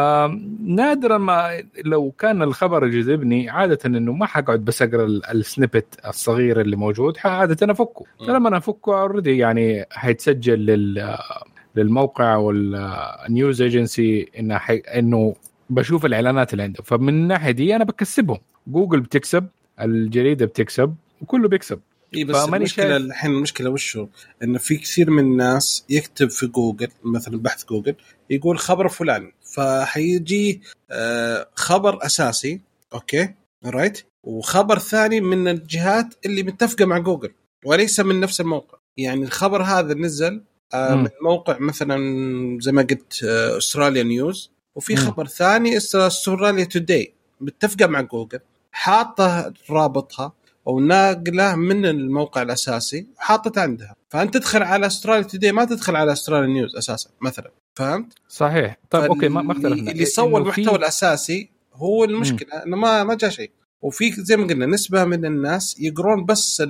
نادرا ما لو كان الخبر يجذبني، عادة إنه ما حقعد بس أقرأ السنيبت الصغير اللي موجود، عادة أفكه. فلما أنا أفكه أوردي يعني حيتسجل لل للموقع والنيوز ايجنسي إنه حي... إنه بشوف الإعلانات اللي عنده. فمن الناحية دي أنا بكسبهم، جوجل بتكسب، الجريدة بتكسب، وكله بيكسب.
إيه بس المشكلة الحين المشكلة وشو؟ إنه في كثير من الناس يكتب في جوجل مثلا بحث جوجل يقول خبر فلان، فحيجي آه خبر أساسي أوكي رايت، وخبر ثاني من الجهات اللي متفقة مع جوجل وليس من نفس الموقع. يعني الخبر هذا نزل آه من موقع مثلا زي ما قلت آه أستراليا نيوز، وفي خبر ثاني أستراليا توداي متفقة مع جوجل، حاطة رابطها أو ناقله من الموقع الأساسي وحاطت عندها. فأنت تدخل على أستراليا توداي ما تدخل على أستراليا نيوز أساسا مثلا، فهمت؟
صحيح. طيب أوكي، ما اختلفنا.
اللي سوى المحتوى الأساسي هو المشكلة إنه ما ما جاء شيء. وفي زي ما قلنا نسبة من الناس يقرون بس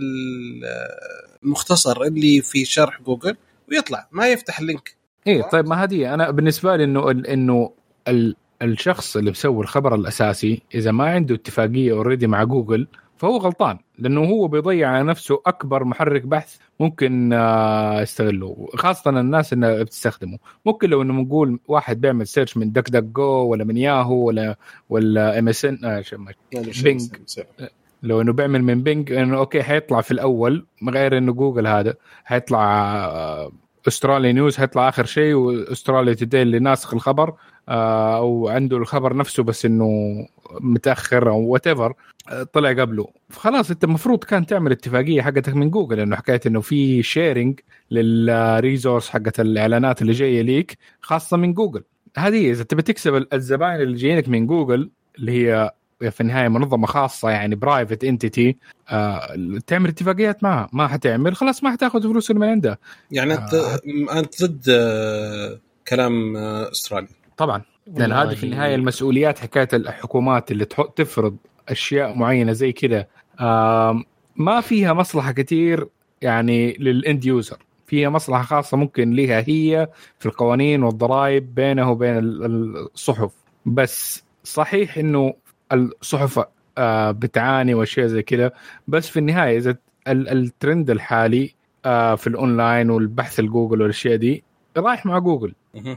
المختصر اللي في شرح جوجل ويطلع ما يفتح اللينك.
إيه طيب، ما هذه أنا بالنسبة لي إنه إنه ال الشخص اللي بيسوي الخبر الأساسي إذا ما عنده اتفاقية أوريدي مع جوجل فهو غلطان، لأنه هو بيضيع على نفسه أكبر محرك بحث ممكن يستغله، خاصة الناس اللي بتستخدمه. ممكن لو إنه نقول واحد بيعمل سيرش من دك دك جو ولا من ياهو ولا ولا إم إس إن آه بينج، لو إنه بيعمل من بينج إنه أوكي حيطلع في الأول، غير إنه جوجل هذا حيطلع أستراليا نيوز حيطلع آخر شيء، وأستراليا توداي اللي ناسخ الخبر أو عنده الخبر نفسه بس إنه متأخر أو whatever طلع قبله. فخلاص أنت المفروض كان تعمل اتفاقية حقتك من جوجل، لأنه حكاية إنه في شيرينج للريسورس حقت الإعلانات اللي جاية ليك خاصة من جوجل. هذه إذا تبي تكسب الزبائن اللي جايينك من جوجل اللي هي في النهاية منظمة خاصة يعني برايفت انتيتي، آه، تعمل اتفاقيات معها. ما حتعمل خلاص ما حتاخذ فلوس من عندها.
يعني أنت آه. أنت ضد آه كلام آه أستراليا
طبعا، لأن هذه في النهاية المسؤوليات حكاية الحكومات اللي تفرض أشياء معينة زي كده آه ما فيها مصلحة كتير يعني للإند يوزر، فيها مصلحة خاصة ممكن لها هي في القوانين والضرائب بينه وبين الصحف. بس صحيح إنه الصحف آه بتعاني واشياء زي كده، بس في النهايه اذا الترند الحالي آه في الاونلاين والبحث الجوجل والاشياء دي رايح مع جوجل،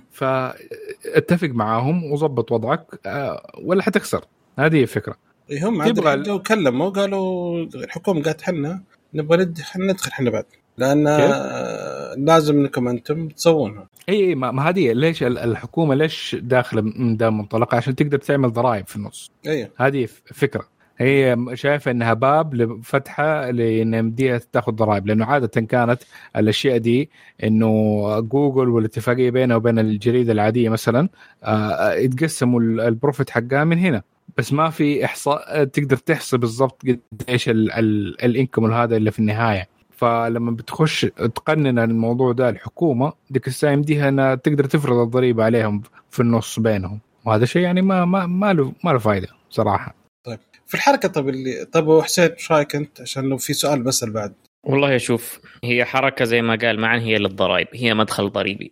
فاتفق معاهم وظبط وضعك آه ولا حتخسر. هذه الفكره.
هم عندهم لو كلموا قالوا الحكومه قالت حنا نبغى ندخل حنا بعد، لأن لازم انكم انتم تسوونها.
اي ما هذه ليش الحكومه ليش داخله من ده منطلق؟ عشان تقدر تعمل ضرائب في النص.
ايوه
هذه فكره، هي شايفه انها باب لفتحه لان مديها تاخذ ضرائب، لانه عاده كانت الاشياء دي انه جوجل والاتفاقيه بينه وبين الجريده العاديه مثلا آه يتقسموا البروفيت حقها من هنا بس ما في احصاء تقدر تحسب بالضبط قديش الانكم هذا اللي في النهايه. فلما بتخش تقنن الموضوع ده الحكومه ديك الساعه يمديها انها تقدر تفرض الضريبه عليهم في النص بينهم، وهذا شيء يعني ما ما ما له ما له فايده صراحه.
طيب في الحركه، طب اللي طب حسين ايش رايك انت؟ عشان لو في سؤال بسال بعد.
والله اشوف هي حركه زي ما قال معن، هي للضرائب، هي مدخل ضريبي.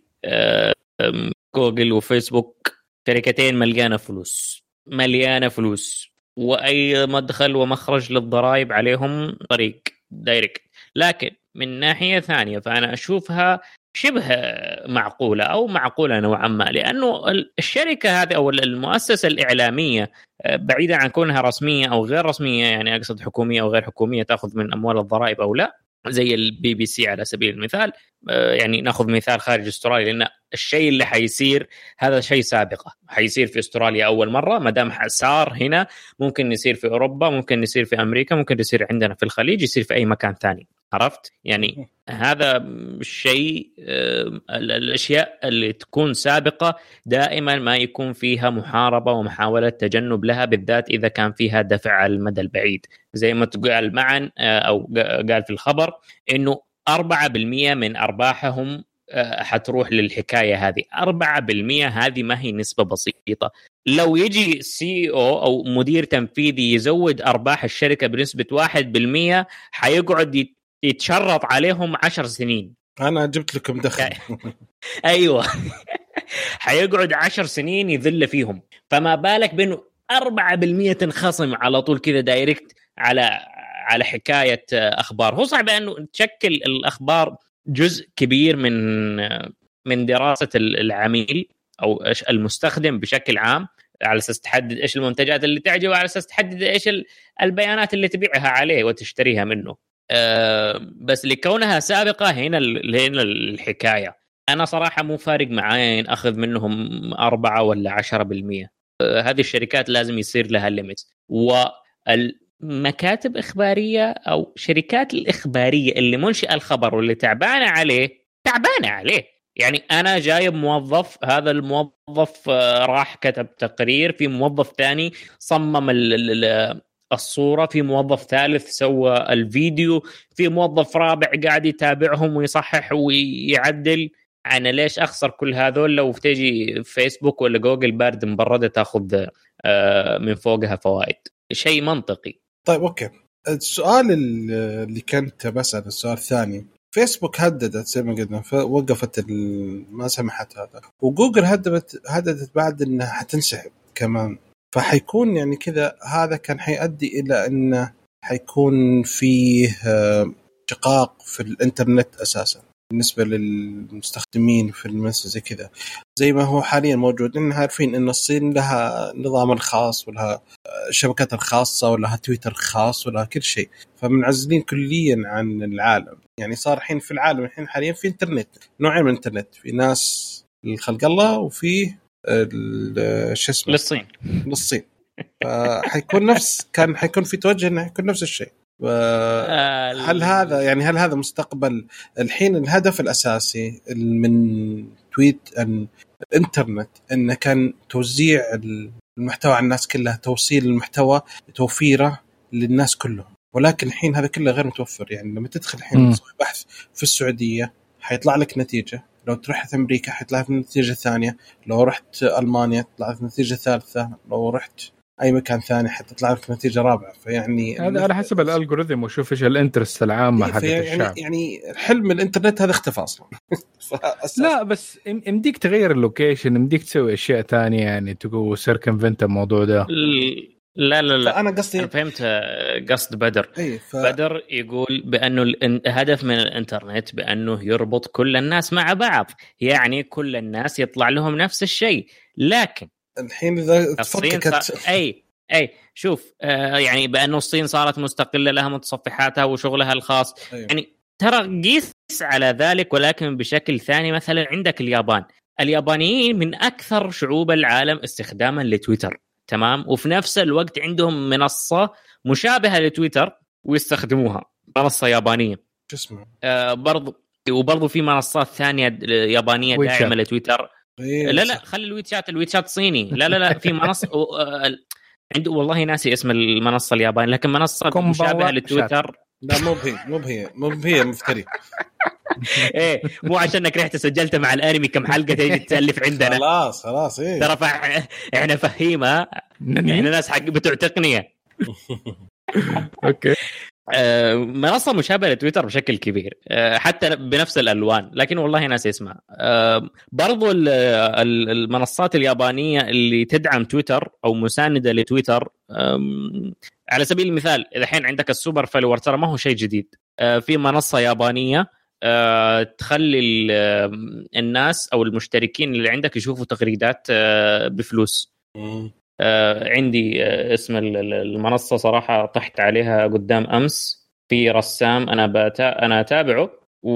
جوجل وفيسبوك شركتين مليانه فلوس مليانه فلوس، واي مدخل ومخرج للضرائب عليهم طريق دايركت. لكن من ناحيه ثانيه فانا اشوفها شبه معقوله او معقوله نوعا ما، لانه الشركه هذه او المؤسسه الاعلاميه بعيدا عن كونها رسميه او غير رسميه، يعني اقصد حكوميه او غير حكوميه تاخذ من اموال الضرائب او لا، زي البي بي سي على سبيل المثال. يعني ناخذ مثال خارج استراليا، لان الشيء اللي حيصير هذا شيء سابقه، حيصير في استراليا اول مره، ما دام صار هنا ممكن يصير في اوروبا، ممكن يصير في امريكا، ممكن يصير عندنا في الخليج، يصير في اي مكان ثاني. عرفت يعني؟ هذا الشيء، الاشياء اللي تكون سابقه دائما ما يكون فيها محاربه ومحاوله تجنب لها، بالذات اذا كان فيها دفع على المدى البعيد. زي ما تقال معا او قال في الخبر انه أربعة بالمئة من ارباحهم حتروح للحكايه هذه. أربعة بالمئة هذه ما هي نسبه بسيطه. لو يجي سي او او مدير تنفيذي يزود ارباح الشركه بنسبه واحد بالمئة حيقعد يتشرط عليهم عشر سنين.
انا جبت لكم دخل.
ايوه حيقعد عشر سنين يذل فيهم، فما بالك بانه أربعة بالمئة تنخصم على طول كذا دايركت على على حكايه اخبار. هو صعب انه تشكل الاخبار جزء كبير من من دراسه العميل او المستخدم بشكل عام، على اساس تحدد ايش المنتجات اللي تعجبه، وعلى اساس تحدد ايش البيانات اللي تبيعها عليه وتشتريها منه. أه بس لكونها سابقه هنا هنا الحكايه. انا صراحه مو فارق معاين اخذ منهم أربعة ولا عشرة بالمئة. أه هذه الشركات لازم يصير لها ليميت. والمكاتب اخباريه او شركات الاخباريه اللي منشئه الخبر واللي تعبانه عليه تعبانه عليه. يعني انا جايب موظف، هذا الموظف راح كتب تقرير، في موظف ثاني صمم ال الصورة، في موظف ثالث سوى الفيديو، في موظف رابع قاعد يتابعهم ويصحح ويعدل. أنا ليش أخسر كل هذول لو تجي فيسبوك ولا جوجل بارد مبردة تأخذ من فوقها فوائد؟ شيء منطقي.
طيب أوكي، السؤال اللي كنت بسأل السؤال الثاني، فيسبوك هددت زي ما قلنا وقفت ما سمحت هذا، وجوجل هددت هددت بعد إنها حتنسحب كمان. فحيكون يعني كذا هذا كان حيؤدي إلى أنه حيكون فيه شقاق في الإنترنت أساسا بالنسبة للمستخدمين في المسج زي كذا، زي ما هو حاليا موجود. إن عارفين إن الصين لها نظام الخاص ولها شبكات الخاصة ولها تويتر خاص ولها كل شيء، فمنعزلين كليا عن العالم. يعني صار الحين في العالم الحين حاليا في إنترنت، نوعين من الإنترنت، في ناس الخلق الله وفي شو اسمه
للصين
للصين فحيكون نفس كان حيكون في توجه انه حيكون نفس الشيء. هل هذا يعني هل هذا مستقبل؟ الحين الهدف الاساسي من تويت ان الانترنت انه كان توزيع المحتوى على الناس كلها، توصيل المحتوى توفيره للناس كلهم، ولكن الحين هذا كله غير متوفر. يعني لما تدخل الحين بحث في السعوديه حيطلع لك نتيجه، لو رحت أمريكا حيطلع لك نتيجة ثانية، لو رحت ألمانيا تطلع لك نتيجة ثالثة، لو رحت أي مكان ثاني حتطلع لك نتيجة رابعة. فيعني
هذا على حسب الألغوريثم وشوف إيش الانترست العامة حق
يعني
الشعب.
يعني حلم الإنترنت هذا اختفى أصلا.
لا بس يمديك تغير اللوكيشن، يمديك تسوي أشياء تانية، يعني تقول سيركمفنت الموضوع ده.
لا لا لا
أنا قصدي
أنا فهمت قصد بدر.
ف...
بدر يقول بأنه الهدف من الإنترنت بأنه يربط كل الناس مع بعض، يعني كل الناس يطلع لهم نفس الشيء. لكن
الحين إذا تفككت
صار... أي أي شوف آه يعني بأنه الصين صارت مستقلة، لها متصفحاتها وشغلها الخاص. أيوه. يعني ترى قيس على ذلك، ولكن بشكل ثاني. مثلا عندك اليابان، اليابانيين من أكثر شعوب العالم استخداما لتويتر، تمام، وفي نفس الوقت عندهم منصة مشابهة لتويتر ويستخدموها، منصة يابانية
اسمه
آه برضو، وبرضو في منصات ثانية يابانية داعمة لتويتر. لا لا خلي الويتشات الويتشات صيني. لا لا لا في منصة عنده والله ناسي اسم المنصه اليابانيه لكن منصه مشابهه لتويتر.
لا مو بهي مو بهي مو بهي مفتري.
ايه مو عشانك رحت سجلت مع الانمي كم حلقه تيجي تسلف عندنا.
خلاص خلاص ايه
ترى احنا فهيمه احنا ناس حق بتوع تقنيه.
اوكي.
آه منصه مشابهه لتويتر بشكل كبير، آه حتى بنفس الالوان، لكن والله ناس اسمها. آه برضو المنصات اليابانيه اللي تدعم تويتر او مسانده لتويتر، على سبيل المثال اذا الحين عندك السوبر فولور، ترى ما هو شيء جديد. آه في منصه يابانيه آه تخلي الناس او المشتركين اللي عندك يشوفوا تغريدات آه بفلوس. آه عندي آه اسم المنصة صراحة طحت عليها قدام أمس، في رسام أنا بتا أنا أتابعه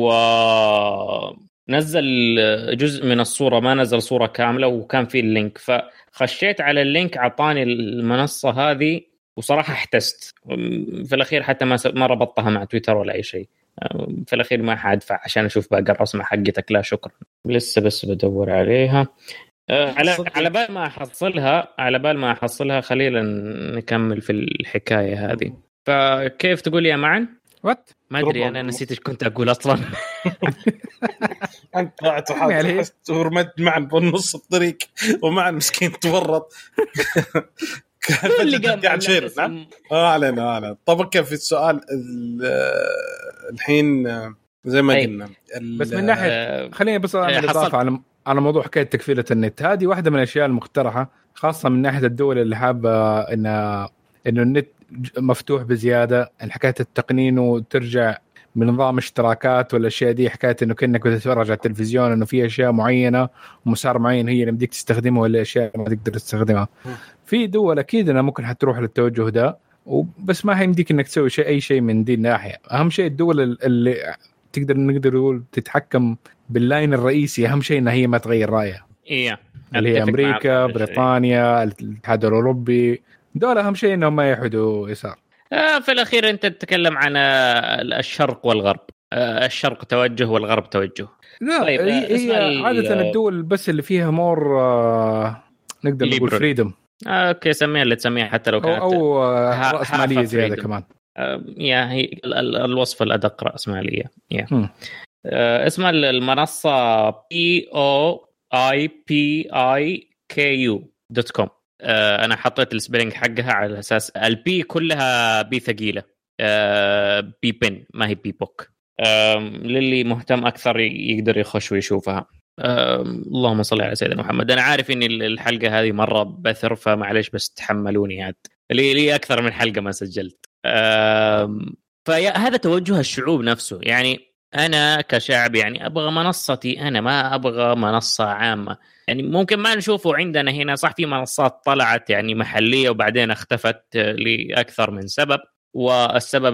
ونزل جزء من الصورة، ما نزل صورة كاملة، وكان فيه اللينك، فخشيت على اللينك عطاني المنصة هذه وصراحة احتست. في الأخير حتى ما ما ربطتها مع تويتر ولا أي شيء. في الأخير ما حادفع عشان أشوف باقي الرسمة حقتك، لا شكرا، لسه بس بدور عليها. على على بال ما احصلها على بال ما احصلها خلينا نكمل في الحكايه هذه. فكيف تقول يا معن؟
وات
ما ادري انا نسيت ايش كنت اقول اصلا.
انت طلعت وحاط ورمت معن بنص الطريق ومعن مسكين تورط. اللي قاعد شير اه علينا علينا. طب كيف في السؤال الحين زي ما قلنا
بس من ناحيه خليني بس اعمل اضافه على على موضوع حكاية تكفيلة النت. هذه واحدة من الأشياء المقترحة، خاصة من ناحية الدول اللي حابة إن إنه النت مفتوح بزيادة، حكاية التقنين وترجع بنظام اشتراكات والأشياء دي، حكاية إنه كأنك بتتفرج على التلفزيون إنه في أشياء معينة ومسار معين هي اللي بدك تستخدمها ولا أشياء ما تقدر تستخدمها. في دول أكيد أنا ممكن حتروح للتوجه ده، وبس ما هيمديك إنك تسوي شيء أي شيء من دي الناحية. أهم شيء الدول اللي تقدر نقدر نقول تتحكم باللاين الرئيسي، أهم شيء إنها هي ما تغير رأيها.
إيه
اللي هي أمريكا، بريطانيا، الاتحاد الأوروبي، دول أهم شيء إنهم ما يحدوا يسار.
آه في الأخير أنت تتكلم عن الشرق والغرب، آه الشرق توجه والغرب توجه.
لا طيب هي آه عادة الدول بس اللي فيها مور آه نقدر نقول فريدم.
آه أوكي سميها اللي تسميها حتى لو كانت
أو, أو آه رأس مالية زيادة كمان.
آه يا هي الوصف الأدق رأس مالية. يا آه اسمها المنصة بي أو آي بي آي كي يو دوت كوم. آه أنا حطيت السبيلنج حقها على أساس البي كلها بي ثقيلة، آه بي بن ما هي بي بوك. آه للي مهتم أكثر يقدر يخش ويشوفها. آه اللهم صل على سيدنا محمد. أنا عارف إن الحلقة هذه مرة بثر فمعليش بس تحملوني، هاد لي لي أكثر من حلقة ما سجلت. آه فهذا توجه الشعوب نفسه. يعني أنا كشعب يعني أبغى منصتي أنا، ما أبغى منصة عامة. يعني ممكن ما نشوفه عندنا هنا، صح في منصات طلعت يعني محلية وبعدين اختفت لأكثر من سبب، والسبب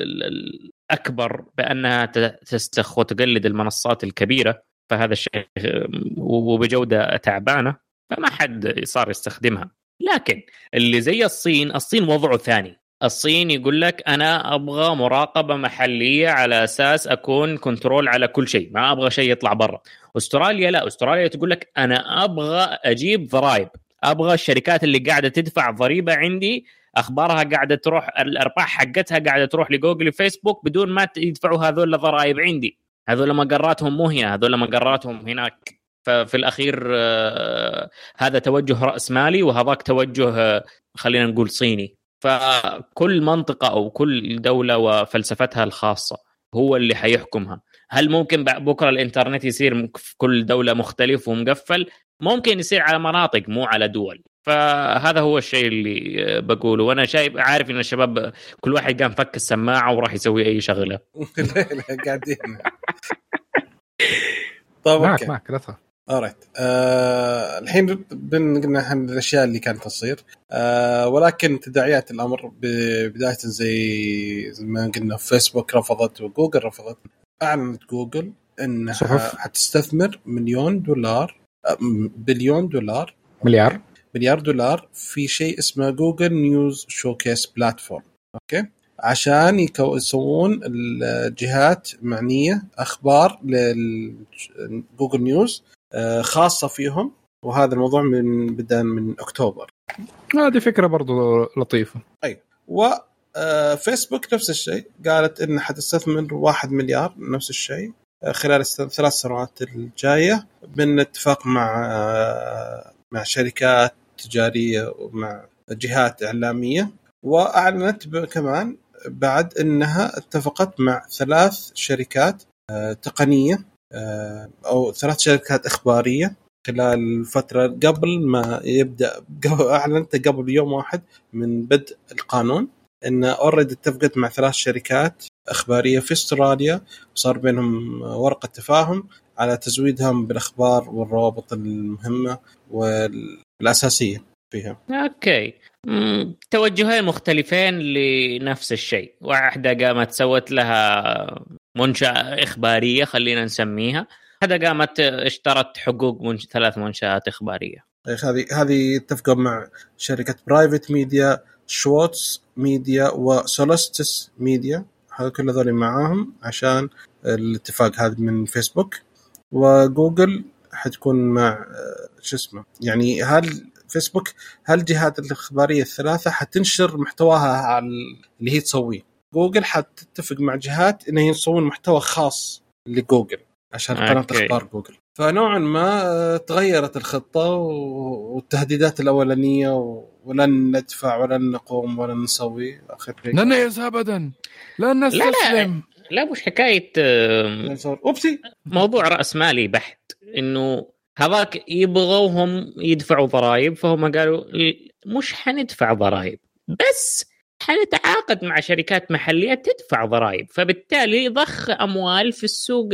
الأكبر بأنها تستخ وتقلد المنصات الكبيرة، فهذا الشيء وبجودة تعبانة فما حد صار يستخدمها. لكن اللي زي الصين، الصين وضعه ثاني. الصين يقول لك أنا أبغى مراقبة محلية على أساس أكون كنترول على كل شيء، ما أبغى شيء يطلع برا. أستراليا لا، أستراليا تقول لك أنا أبغى أجيب ضرائب، أبغى الشركات اللي قاعدة تدفع ضريبة عندي أخبارها قاعدة تروح، الأرباح حقتها قاعدة تروح لجوجل وفيسبوك بدون ما يدفعوا هذول الضرائب عندي. هذول مقراتهم مو هنا، هذول مقراتهم هناك. ففي الأخير هذا توجه رأس مالي وهذاك توجه خلينا نقول صيني. فكل منطقة أو كل دولة وفلسفتها الخاصة هو اللي حيحكمها. هل ممكن بكرة الإنترنت يصير في كل دولة مختلف ومقفل؟ ممكن يصير على مناطق مو على دول. فهذا هو الشيء اللي بقوله. وأنا شايف عارف إن الشباب كل واحد قام فك السماعة وراح يسوي أي شغلة.
قاعدين طب
معك معك لا صح.
alright آه الحين بنقلنا عن الأشياء اللي كانت تصير، آه ولكن تداعيات الأمر بداية زي زي ما قلنا فيسبوك رفضت وجوجل رفضت. أعلنت جوجل إنها
صحف.
حتستثمر مليون دولار بليون دولار
مليار
مليار دولار في شيء اسمه جوجل نيوز شوكيس بلاتفورم. أوكي عشان يسوون الجهات معنية أخبار للجوجل نيوز خاصة فيهم. وهذا الموضوع من بدأ من أكتوبر.
هذه فكرة برضو لطيفة.
أي وفيسبوك نفس الشيء، قالت إن حتستثمر واحد مليار نفس الشيء خلال الثلاث سنوات الجاية بالاتفاق مع مع شركات تجارية ومع جهات إعلامية. وأعلنت كمان بعد أنها اتفقت مع ثلاث شركات تقنية أو ثلاث شركات إخبارية خلال فترة قبل ما يبدأ. أعلنت قبل يوم واحد من بدء القانون إن أوريد اتفقت مع ثلاث شركات إخبارية في أستراليا، وصار بينهم ورقة تفاهم على تزويدهم بالأخبار والروابط المهمة والأساسية فيها.
أوكي، توجهين مختلفين لنفس الشيء. واحدة قامت سوت لها منشأة إخبارية خلينا نسميها، هذا قامت اشترت حقوق منش... ثلاث منشآت إخبارية.
هذه هذه اتفقوا مع شركة برايفت ميديا، شوتس ميديا وسولستس ميديا، هذا كل هذول معاهم عشان الاتفاق هذا من فيسبوك. وجوجل حتكون مع شو اسمه، يعني هل فيسبوك هالجهات الإخبارية الثلاثة حتنشر محتواها على اللي هي تسويه. جوجل حتتفق مع جهات إنه يسوون محتوى خاص لجوجل عشان قناة أخبار جوجل. فنوعا ما تغيرت الخطة والتهديدات الأولانية، ولن ندفع ولن نقوم ولن نسوي آخر شيء
لن يذهب أبدا، لن نستسلم.
لا لا مش حكاية
أوبسي،
موضوع رأس مالي بحت، إنه هذاك يبغوهم يدفعوا ضرائب، فهم قالوا مش حندفع ضرائب بس حنتعاقد مع شركات محلية تدفع ضرائب، فبالتالي ضخ أموال في السوق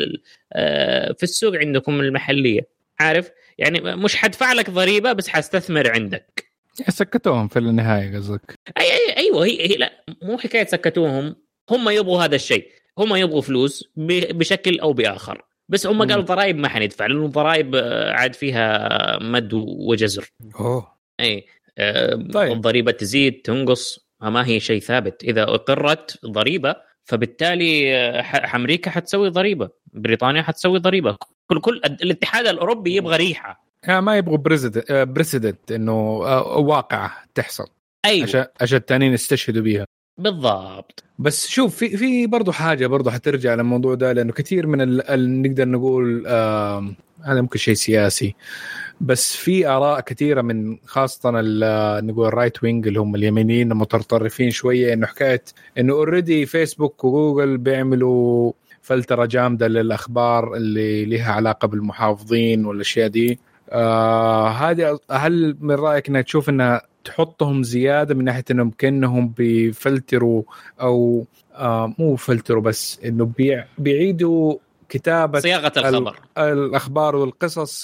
في السوق عندكم المحلية، عارف يعني مش حدفع لك ضريبة بس حستثمر عندك.
سكتوهم في النهاية قصدك؟
أي أي أيوة هي, هي لا مو حكاية سكتوهم، هم يبغوا هذا الشيء، هم يبغوا فلوس بشكل أو بآخر، بس هم قالوا ضرائب ما حندفع لأنه الضرائب عاد فيها مد وجزر.
أوه
أي طيب. الضريبة تزيد تنقص، ما هي شيء ثابت. إذا أقرت ضريبة فبالتالي أمريكا حتسوي ضريبة، بريطانيا حتسوي ضريبة، كل كل الاتحاد الأوروبي يبغى ريحة،
ما يبغوا بريزيدنت بريسيدنت إنه واقعة تحصل.
أيوة.
عشان عشان التانيين يستشهدوا بيها.
بالضبط.
بس شوف في في برضو حاجة برضو حترجع للموضوع ده، لأنه كثير من ال... ال... نقدر نقول آه... هذا ممكن شيء سياسي، بس في آراء كثيرة من خاصة نقول الرايت وينج اللي هم اليمينيين المتطرفين شوية، إنه حكاية إنه أوريدي فيسبوك وجوجل بيعملوا فلترة جامدة للأخبار اللي لها علاقة بالمحافظين والأشياء دي. آه هذه هل من رأيك إنها تشوف إنها تحطهم زيادة من ناحية إنهم كأنهم بيفلتروا أو آه مو فلتروا بس إنه بيع بيعيدوا كتابة
صياغة الخبر
الأخبار والقصص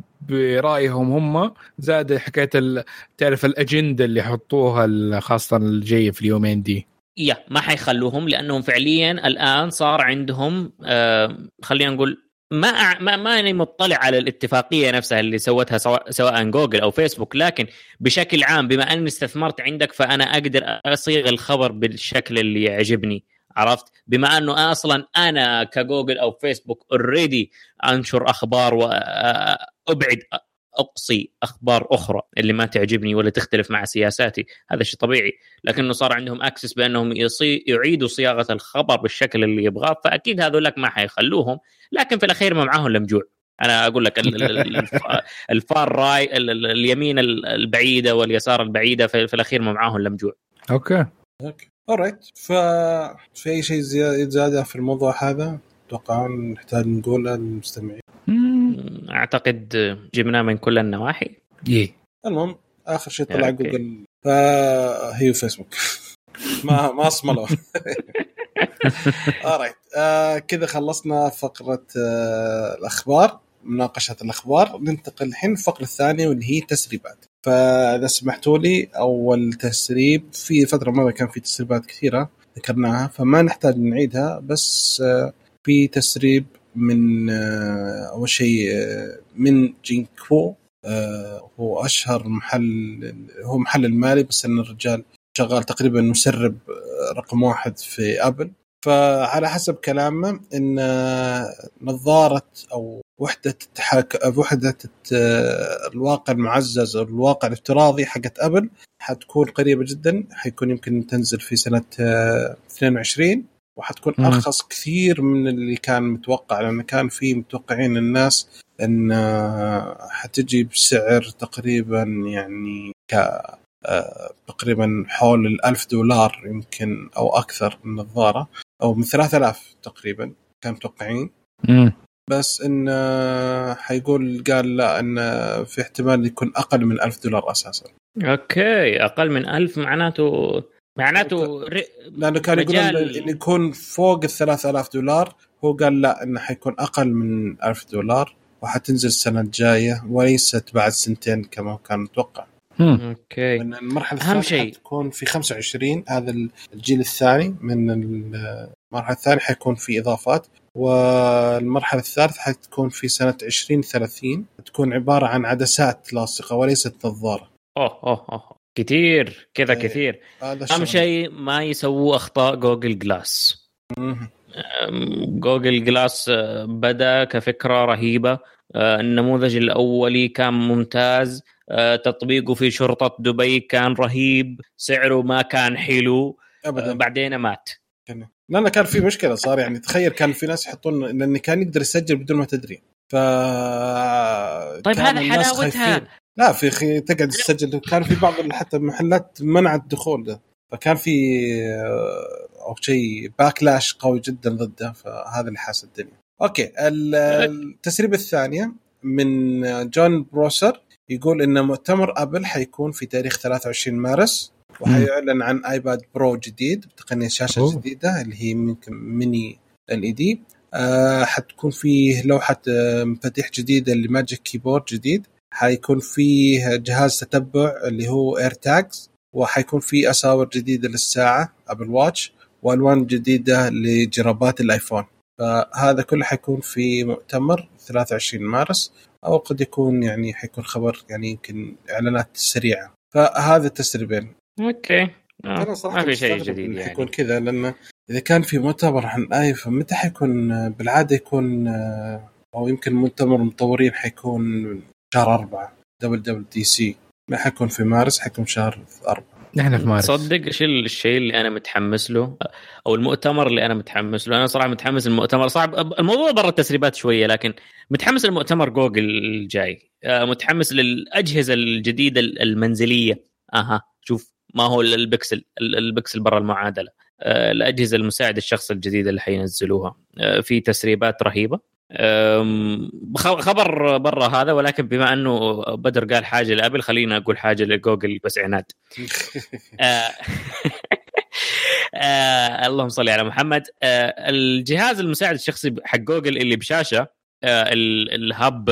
برأيهم هم، زاد حكاية تعرف الأجندة اللي حطوها خاصة الجاية في اليومين دي.
يا ما حيخلوهم، لأنهم فعليا الآن صار عندهم آه خلينا نقول ما أع... ما ما أنا مطلع على الاتفاقية نفسها اللي سوتها سواء سواء جوجل أو فيسبوك، لكن بشكل عام بما أني استثمرت عندك فأنا أقدر أصيغ الخبر بالشكل اللي يعجبني، عرفت؟ بما أنه أصلا أنا كجوجل أو فيسبوك أوريدي أنشر أخبار وأبعد أقصي أخبار أخرى اللي ما تعجبني ولا تختلف مع سياساتي، هذا شيء طبيعي، لكنه صار عندهم أكسس بأنهم يصي... يعيدوا صياغة الخبر بالشكل اللي يبغاه، فأكيد هذول لك ما حيخلوهم، لكن في الأخير ما معاهم لمجوع. أنا أقول لك الفار راي اليمين البعيدة واليسار البعيدة في الأخير ما معاهم لمجوع.
أوكي
أوكي alright. ففي أي شيء زيادة في الموضوع هذا توقع نحتاج نقوله للمستمعين؟
أعتقد جبناه من كل النواحي.
إيه.
المهم آخر شيء طلع جوجل فهي فيسبوك ما ما أصملوا. alright آه كذا خلصنا فقرة آه الأخبار، مناقشة الأخبار. ننتقل الحين الفقرة الثانية واللي هي تسريبات. فإذا سمحتوا لي، أول تسريب في فترة ما كان في تسريبات كثيرة ذكرناها فما نحتاج نعيدها، بس في تسريب من أول شيء من جينكو، هو أشهر محل، هو محل المالي بس إن الرجال شغال تقريبا مسرب رقم واحد في أبل. فعلى حسب كلامه إن نظارة أو وحدة التحك... وحدة الواقع المعزز أو الواقع الافتراضي حقت أبل حتكون قريبة جدا، حيكون يمكن تنزل في سنة اثنين وعشرين وحتكون م. أرخص كثير من اللي كان متوقع، لأن كان في متوقعين الناس أن حتجي بسعر تقريبا يعني ك تقريبا حول الألف دولار يمكن أو أكثر النظارة، أو من ثلاثة آلاف تقريبا كان متوقعين. م. بس إن حيقول قال لا إن في احتمال يكون أقل من ألف دولار أساسا.
أوكي أقل من ألف معناته معناته
ر... لأنه كان يقول إن يكون فوق الثلاثة آلاف دولار، هو قال لا إنه حيكون أقل من ألف دولار وحتنزل السنة الجاية وليست بعد سنتين كما كان متوقع.
أوكي.
وإن المرحلة الثانية تكون في خمسة وعشرين، هذا الجيل الثاني من المرحلة الثانية حيكون في إضافات، والمرحلة الثالثة حتكون في سنة عشرين ثلاثين، تكون عبارة عن عدسات لاصقة وليست نظارة.
أوه أوه أوه كتير كذا ايه. كثير. أهم شيء ما يسووا أخطاء جوجل جلاس. جوجل جلاس بدأ كفكرة رهيبة، النموذج الأولي كان ممتاز، تطبيقه في شرطة دبي كان رهيب، سعره ما كان حلو أبداً. بعدين مات
لأنه كان في مشكلة صار، يعني تخيل كان في ناس يحطون لأن كان يقدر يسجل بدون ما تدري. ف
طيب هذا حلاوتها.
لا في خي تقعد تسجل، كان في بعض حتى محلات منعت الدخول ده، فكان في أو شيء باكلاش قوي جدا ضده، فهذا اللي حاس الدنيا. أوكي التسريب الثانية من جون بروسر يقول إن مؤتمر أبل حيكون في تاريخ ثلاثة وعشرين مارس، وحيعلن عن آيباد برو جديد بتقنية شاشة أوه. جديدة اللي هي ممكن ميني ال إي دي. أه حتكون فيه لوحة مفاتيح جديدة اللي ماجيك كيبورد جديد، حيكون فيه جهاز تتبع اللي هو إير تاجز، وحيكون فيه أساور جديدة للساعة أبل واتش، وألوان جديدة لجرابات الآيفون. فهذا كله حيكون في مؤتمر ثلاثة وعشرين مارس، أو قد يكون يعني حيكون خبر يعني يمكن إعلانات سريعة. فهذا التسريبين.
أوكي
أنا صراحة
ما في شيء جديد يعني.
حيكون كذا، لأن إذا كان في مؤتمر عن آيفون متى حيكون؟ بالعادة يكون أو يمكن مؤتمر مطورين حيكون شهر أربعة دبل دبل دي سي، ما حيكون في مارس، حيكون شهر أربعة.
نحن في مارس.
صدق إيش الشيء اللي أنا متحمس له أو المؤتمر اللي أنا متحمس له؟ أنا صراحة متحمس المؤتمر، صعب الموضوع برا التسريبات شوية، لكن متحمس المؤتمر جوجل الجاي، متحمس للأجهزة الجديدة المنزلية. أها شوف ما هو البكسل البكسل برا المعادلة، الأجهزة المساعدة الشخص الجديدة اللي حينزلوها، في تسريبات رهيبة. خبر برا هذا، ولكن بما أنه بدر قال حاجة لأبل خلينا أقول حاجة لجوجل بس عناد. اللهم صل على محمد. الجهاز المساعد الشخصي حق جوجل اللي بشاشة الهاب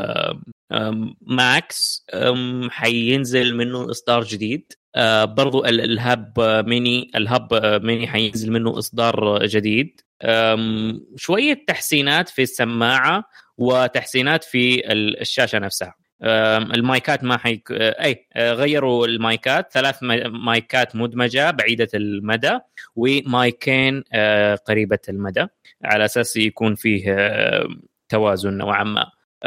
ماكس حينزل منه إصدار جديد. برضو الهاب ميني الهاب ميني حينزل منه إصدار جديد، شوية تحسينات في السماعة وتحسينات في الشاشة نفسها. المايكات ما حي أي غيروا المايكات، ثلاث مايكات مدمجة بعيدة المدى ومايكين قريبة المدى على أساس يكون فيه توازن نوعا ما.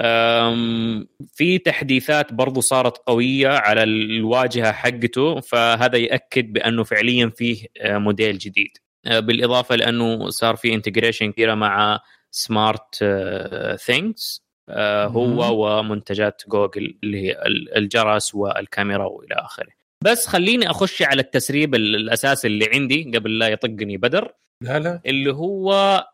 في تحديثات برضو صارت قوية على الواجهة حقته، فهذا يأكد بأنه فعليا فيه موديل جديد، بالإضافة لأنه صار في انتجريشن كثيرة مع سمارت ثينجز هو ومنتجات جوجل اللي هي الجرس والكاميرا وإلى آخره. بس خليني أخش على التسريب الأساسي اللي عندي قبل لا يطقني بدر.
لا لا
اللي هو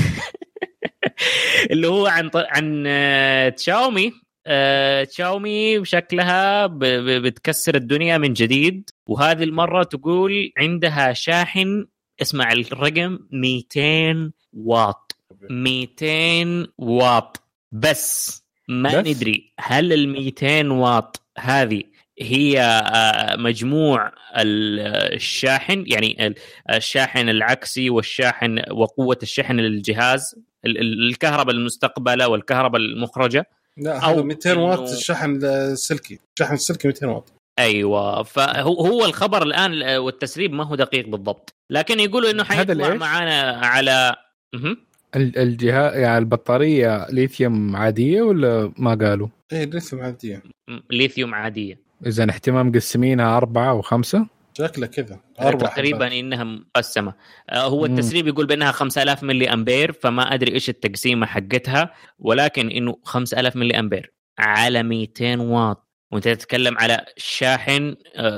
اللي هو عن عن تشاومي. تشاومي بشكلها بتكسر الدنيا من جديد، وهذه المرة تقول عندها شاحن اسمع الرقم مئتين واط. مئتين واط بس ما بس. ندري هل المئتين واط هذه هي مجموع الشاحن، يعني الشاحن العكسي والشاحن وقوة الشحن للجهاز، الكهرباء المستقبلة والكهرباء المخرجة.
لا هذا مئتين واط الشحن السلكي، الشحن السلكي مئتين واط.
ايوه فهو هو الخبر الان والتسريب ما هو دقيق بالضبط، لكن يقولوا انه حيطلع معانا على
الجهاز يعني البطاريه ليثيوم عاديه ولا ما قالوا؟
ايه ليثيوم عاديه.
ليثيوم عاديه.
اذا احتمال مقسمينها أربعة وخمسة
شكله كذا أربعة
تقريبا
حبات.
انها مقسمه. هو التسريب يقول بانها خمسة آلاف ملي امبير، فما ادري ايش التقسيمه حقتها، ولكن انه خمسة آلاف ملي امبير على مئتين واط، وانت تتكلم على شاحن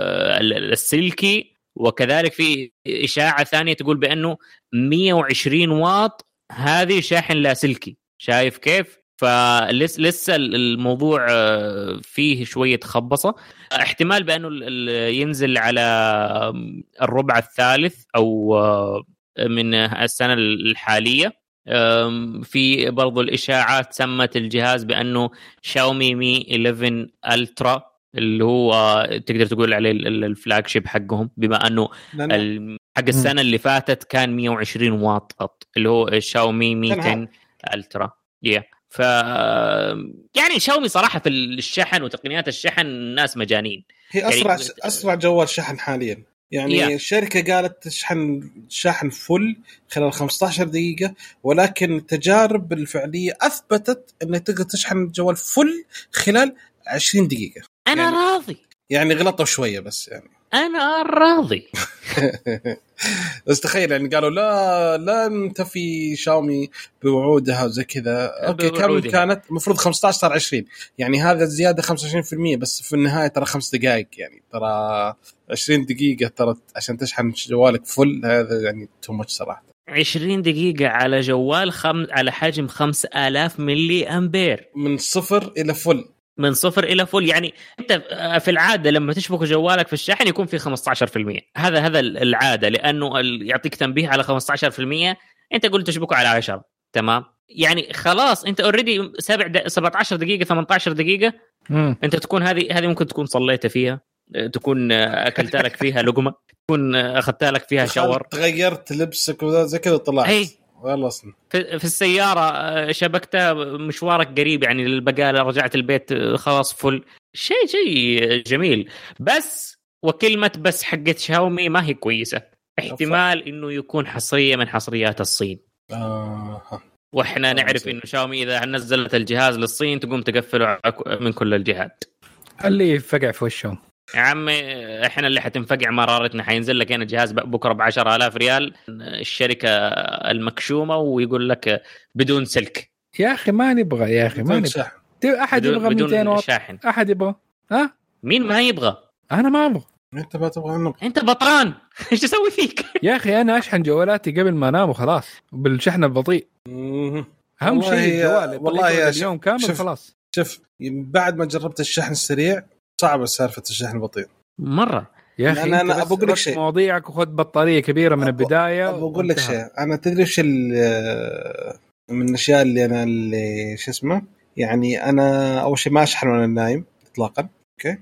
السلكي. وكذلك في اشاعه ثانيه تقول بانه مئة وعشرين واط هذه شاحن لاسلكي. شايف كيف؟ فلسه لسه الموضوع فيه شويه خبصه. احتمال بانه ينزل على الربع الثالث او من السنه الحاليه. في برضو الاشاعات سمت الجهاز بانه شاومي مي إحدى عشر الترا، اللي هو تقدر تقول عليه الفلاج شيب حقهم، بما انه حق السنه اللي فاتت كان مئة وعشرين واط، اللي هو شاومي مي عشرة الترا. yeah. ف يعني شاومي صراحه في الشحن وتقنيات الشحن الناس مجانين.
هي اسرع يعني اسرع جوال شحن حاليا يعني. yeah. الشركه قالت تشحن شحن فل خلال خمسة عشر دقيقه، ولكن التجارب الفعليه اثبتت انك تقدر تشحن الجوال فل خلال عشرين دقيقه.
انا
يعني
راضي،
يعني غلطوا شويه بس يعني
انا راضي.
بس تخيل يعني قالوا لا لا ننتفي شاومي بوعودها وزي كذا. اوكي كم كانت المفروض خمسة عشر صار عشرين، يعني هذا الزياده خمسة وعشرين بالمئة، بس في النهايه ترى خمس دقائق يعني، ترى عشرين دقيقه ترى عشان تشحن جوالك فل، هذا يعني تو ماتش صراحه.
عشرين دقيقه على جوال خم... على حجم خمسة آلاف ملي امبير، من
صفر الى فل.
من صفر إلى فل. يعني أنت في العادة لما تشبك جوالك في الشاحن يكون في خمسة عشر بالمئة، هذا هذا العادة، لأنه يعطيك تنبيه على خمسة عشر بالمئة، أنت قلت تشبكه على عشرة، تمام؟ يعني خلاص أنت أوريدي سبع سبعة عشر دقيقة ثمانية عشر دقيقة مم. أنت تكون هذه هذه ممكن تكون صليت فيها، تكون أكلت لك فيها لقمة، تكون أخذت لك فيها شاور،
تغيرت لبسك وذا زي كذا طلعت.
أي.
والله أصلاً
في السيارة شبكتها مشوارك قريب يعني للبقالة، رجعت البيت خلاص فل. شيء شيء جميل. بس وكلمة بس حقت شاومي ما هي كويسة، احتمال إنه يكون حصرية من حصريات الصين.
آه.
وإحنا نعرف إنه شاومي إذا نزلت الجهاز للصين تقوم تقفله من كل الجهات.
اللي فقع في وشهم
يا عمي، احنا اللي حتنفقع مرارتنا. حينزل لك هنا جهاز بكره بعشرة آلاف ريال، الشركه المكشومه، ويقول لك بدون سلك.
يا اخي ما نبغى، يا اخي ما نبغى. احد يبغى مئتين واط شاحن، احد يبغى؟ ها
مين ما يبغى؟
انا ما ابغى.
انت ما تبغى؟ انا
انت بطران. ايش اسوي فيك
يا اخي؟ انا اشحن جوالاتي قبل ما انام وخلاص بالشحن البطيء. اهم شيء الجوال
والله
اليوم كامل
شف
خلاص.
شوف بعد ما جربت الشحن السريع صعبه سالفه الشحن البطيء
مره
يا اخي.
انا انا بقول لك شيء،
مواضيعك وخذ بطاريه كبيره من البدايه.
بقول لك شيء، انا تدري ايش من الاشياء اللي انا اللي شو اسمه يعني، انا اول شيء ما اشحن وانا نايم اطلاقا. اوكي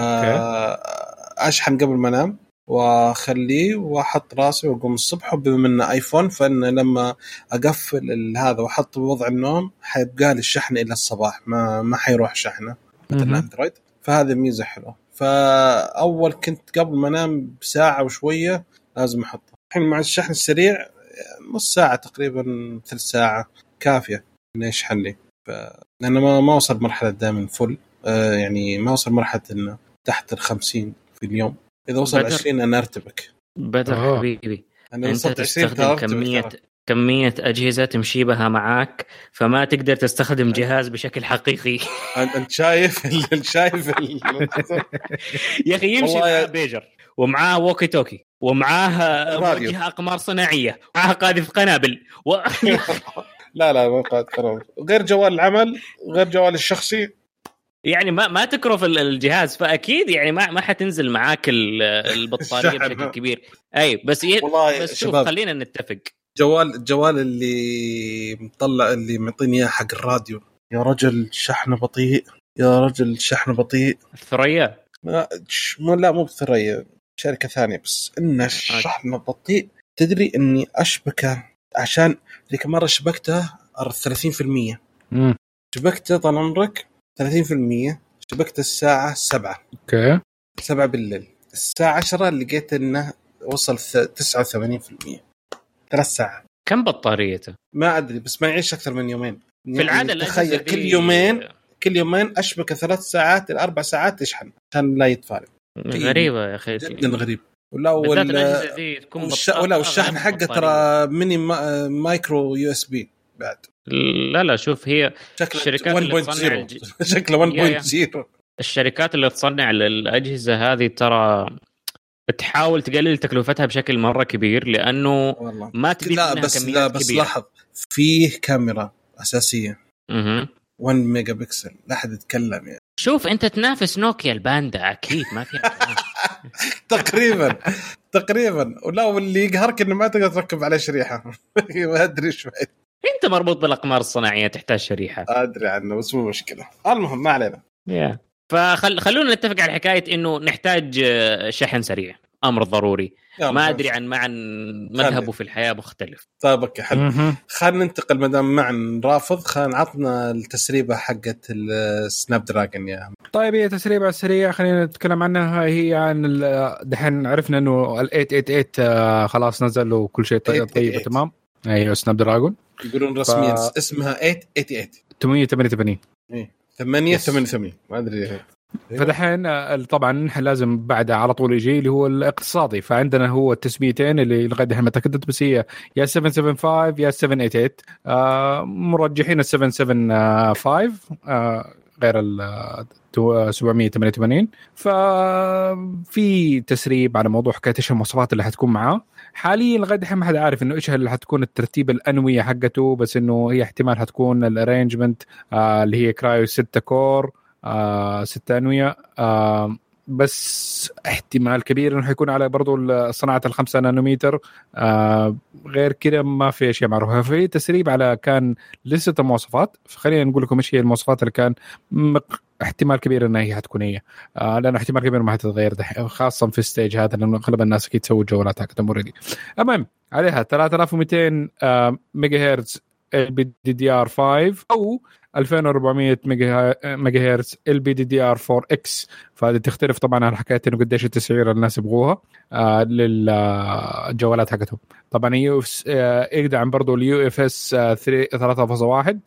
فاشحن قبل ما انام واخليه واحط راسي واقوم الصبح، وبما انه ايفون فان لما اقفل هذا واحط بوضع النوم حيبقى لي الشحن الى الصباح، ما ما حيروح شحنه مثل الاندرويد. فهذا ميزه حلوه. فاول كنت قبل ما انام بساعه وشويه لازم احطه. الحين مع الشحن السريع نص ساعه تقريبا ثلث ساعه كافيه انه يشحن لي. لأنه ما ما وصل مرحله دائما فل، آه يعني ما وصل مرحله انه تحت الخمسين في اليوم. إذا وصل عشرين أنا أرتبك.
بدر حبيبي،
أنا
أنت تستخدم كمية كمية أجهزة تمشي بها معاك، فما تقدر تستخدم جهاز بشكل حقيقي.
أنت شايف ال... شايف ال...
يا أخي يمشي معاه بيجر ومعاه ووكي توكي ومعاه موجهة أقمار صناعية ومعاه قاذف قنابل و...
لا لا ما قاذف قنابل، غير جوال العمل غير جوال الشخصي.
يعني ما ما تكرف الجهاز، فاكيد يعني ما ما حتنزل معاك البطاريه بشكل كبير. اي بس ي... بس شوف خلينا نتفق،
جوال الجوال اللي مطلع اللي معطيني اياه حق الراديو، يا رجل شحنه بطيء، يا رجل شحنه بطيء.
الثريا
لا لا مو بثريا، شركه ثانيه، بس ان الشحن بطيء. تدري اني اشبكه عشان ذيك مره شبكته ثلاثين بالمئة
امم
شبكته طال عمرك ثلاثين بالمئة، شبكت الساعة سبعة.
اوكي
سبعة بالليل. الساعة عشرة لقيت انه وصل تسعة وثمانين بالمئة، ثلاث ساعات.
كم بطاريته؟
ما ادري بس ما يعيش اكثر من يومين
في العاده
يعني تخيل كل يومين كل يومين اشبكه ثلاث ساعات الى اربع ساعات تشحن عشان لا يتفارق.
غريبه يا اخي
جدا غريب. ولا والش... ولا والشحن حقه ترى ميني ما... مايكرو يو اس بي بعد.
لا لا شوف هي
الشركات اللي تصنع الج... شكله واحد نقطة صفر
الشركات اللي تصنع الاجهزه هذه ترى تحاول تقلل تكلفتها بشكل مره كبير لانه
والله.
ما تبي
لا بس لا بس كبيرة. لاحظ فيه كاميرا اساسيه
اها
واحد ميجا بكسل لا احد يتكلم يعني.
شوف انت تنافس نوكيا الباندا اكيد ما فيها
تقريبا تقريبا. ولا واللي يقهرك انه ما تقدر تركب عليه شريحه ما ادري شوي.
انت مربوط بالاقمار الصناعيه تحتاج شريحه
ادري عنه بس مو مشكله. المهم ما علينا.
yeah. فخل خلونا نتفق على حكايه انه نحتاج شحن سريع امر ضروري. ما ادري عن معن مذهبه في الحياه مختلف.
طيب اوكي حلو. خلينا ننتقل مدام معن رافض. خلينا عطنا التسريبه حقت السناب دراجون يا.
طيب هي تسريبه سريعه خلينا نتكلم عنها. هي عن دحين عرفنا انه ال ثمانمية وثمانية وثمانين خلاص نزل وكل شيء طيب طيب تمام. ايوه سناب دراجون
يقولون رسميا ف... اسمها ثمانمية وثمانية وثمانين.
ثمانية
ثمانية ثمانية وثمانين ما ادري.
فدحين طبعا نحن لازم بعد على طول يجي اللي هو الاقتصادي. فعندنا هو التسميتين اللي لغايه الحين ما تاكدت بس هي يا سبعمية وسبعة وسبعين يا سبعمية وثمانية وثمانين. آه مرجحين ال سبعمية وسبعة وسبعين آه غير ال سبعمية وثمانية وثمانين. ففي تسريب على موضوع حكايه ايش المواصفات اللي حتكون معاه. حاليا لغايه الحين ما حد عارف انه ايش اللي حتكون الترتيب الانويه حقته بس انه هي احتمال حتكون الارينجمنت آه اللي هي كرايو ستة كور آه ستة أنوية آه بس احتمال كبير إنه حيكون على برضو صناعة الخمسة نانومتر. آه غير كده ما في أشياء معروفة. في تسريب على كان لسه مواصفات. فخلينا نقول لكم إيش هي المواصفات اللي كان مق... احتمال كبير إنها هي حتكون هي آه لأن احتمال كبير ما حتتغير ده خاصة في الستيج هذا لأنه أغلب الناس أكيد تسوي جوالات هكذا مريدي. المهم عليها ثلاثة آلاف ومئتين آه ميجا هرتز ال بي دي دي آر خمسة أو ألفين وأربعمية ميجا هرتز ال بي دي دي آر فور إكس. فهذه تختلف طبعا على حكايه انه قديش التسعير الناس يبغوها آه للجوالات حقتهم. طبعا يو آه يدعم برضو اليو اف اس ثلاثة فاصلة واحد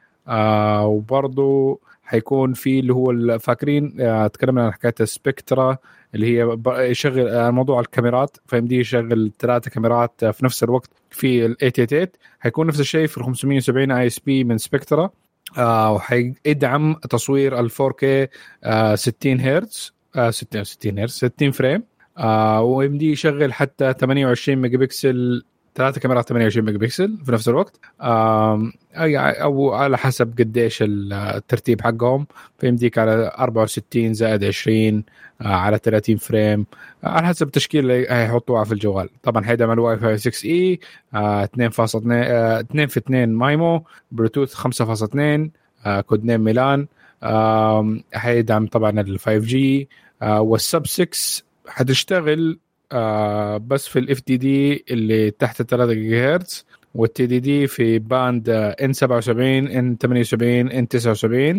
آه وبرضو حيكون في اللي هو فاكرين آه تكلمنا عن حكايه سبكترا اللي هي يشغل آه موضوع الكاميرات. فيمدي يشغل ثلاثه كاميرات آه في نفس الوقت في ال ثمانمية وثمانية. حيكون نفس الشيء في ال خمسمية وسبعين اي اس بي من سبكترا آه وحيدعم تصوير ال فور كي آه ستين هرتز آه ستين ستين هرتز ستين فريم آه ويمدي يشغل حتى ثمانية وعشرين ميجا بكسل ثلاثة كاميرات ثمانية وعشرين ميجا بكسل في نفس الوقت آه أو على حسب قديش الترتيب حقهم. فيمديك على أربعة وستين زائد عشرين آه على ثلاثين فريم آه على حسب التشكيل اللي هيحطوها في الجوال. طبعا هيدعم الواي فاي ستة اي آه اثنين فاصلة اثنين آه اثنين في اثنين مايمو بلوتوث خمسة فاصلة اثنين آه كود نيم ميلان آه هيدعم طبعا ال فايف جي آه والسب ستة حتشتغل آه بس في الاف دي دي اللي تحت ثلاثة جيجا هرتز والتي دي دي في باند ان سبعة وسبعين ان ثمانية وسبعين ان تسعة وسبعين.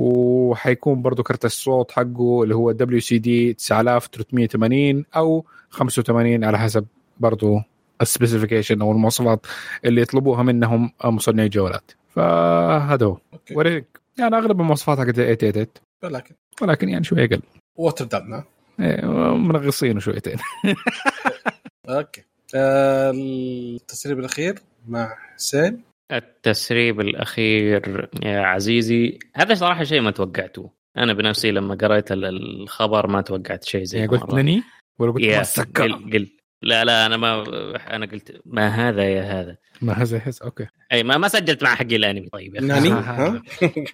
وحيكون برضو كرت الصوت حقه اللي هو دبليو سي دي تسعة آلاف وثلاثمية وثمانين او خمسة وثمانين على حسب برضو السبيسيفيكيشن او المواصفات اللي يطلبوها منهم مصنعي الجوالات. فهذا هو وريك يعني اغلب المواصفات حقت ثمانمية وثمانية
ولكن
ولكن يعني شويه اقل
ووتر دامنا
منغصين شويتين.
اوكي آه التسريب الاخير مع حسين.
التسريب الاخير يا عزيزي هذا صراحه شيء ما توقعته انا بنفسي لما قرأت الخبر ما توقعت شيء زي
كذا. قلت لني ولا قلت مسكر؟
قل لا لا انا ما انا قلت ما هذا يا هذا
ما هذا يحس اوكي
اي ما ما سجلت مع حقي الانمي. طيب يا
ناني ها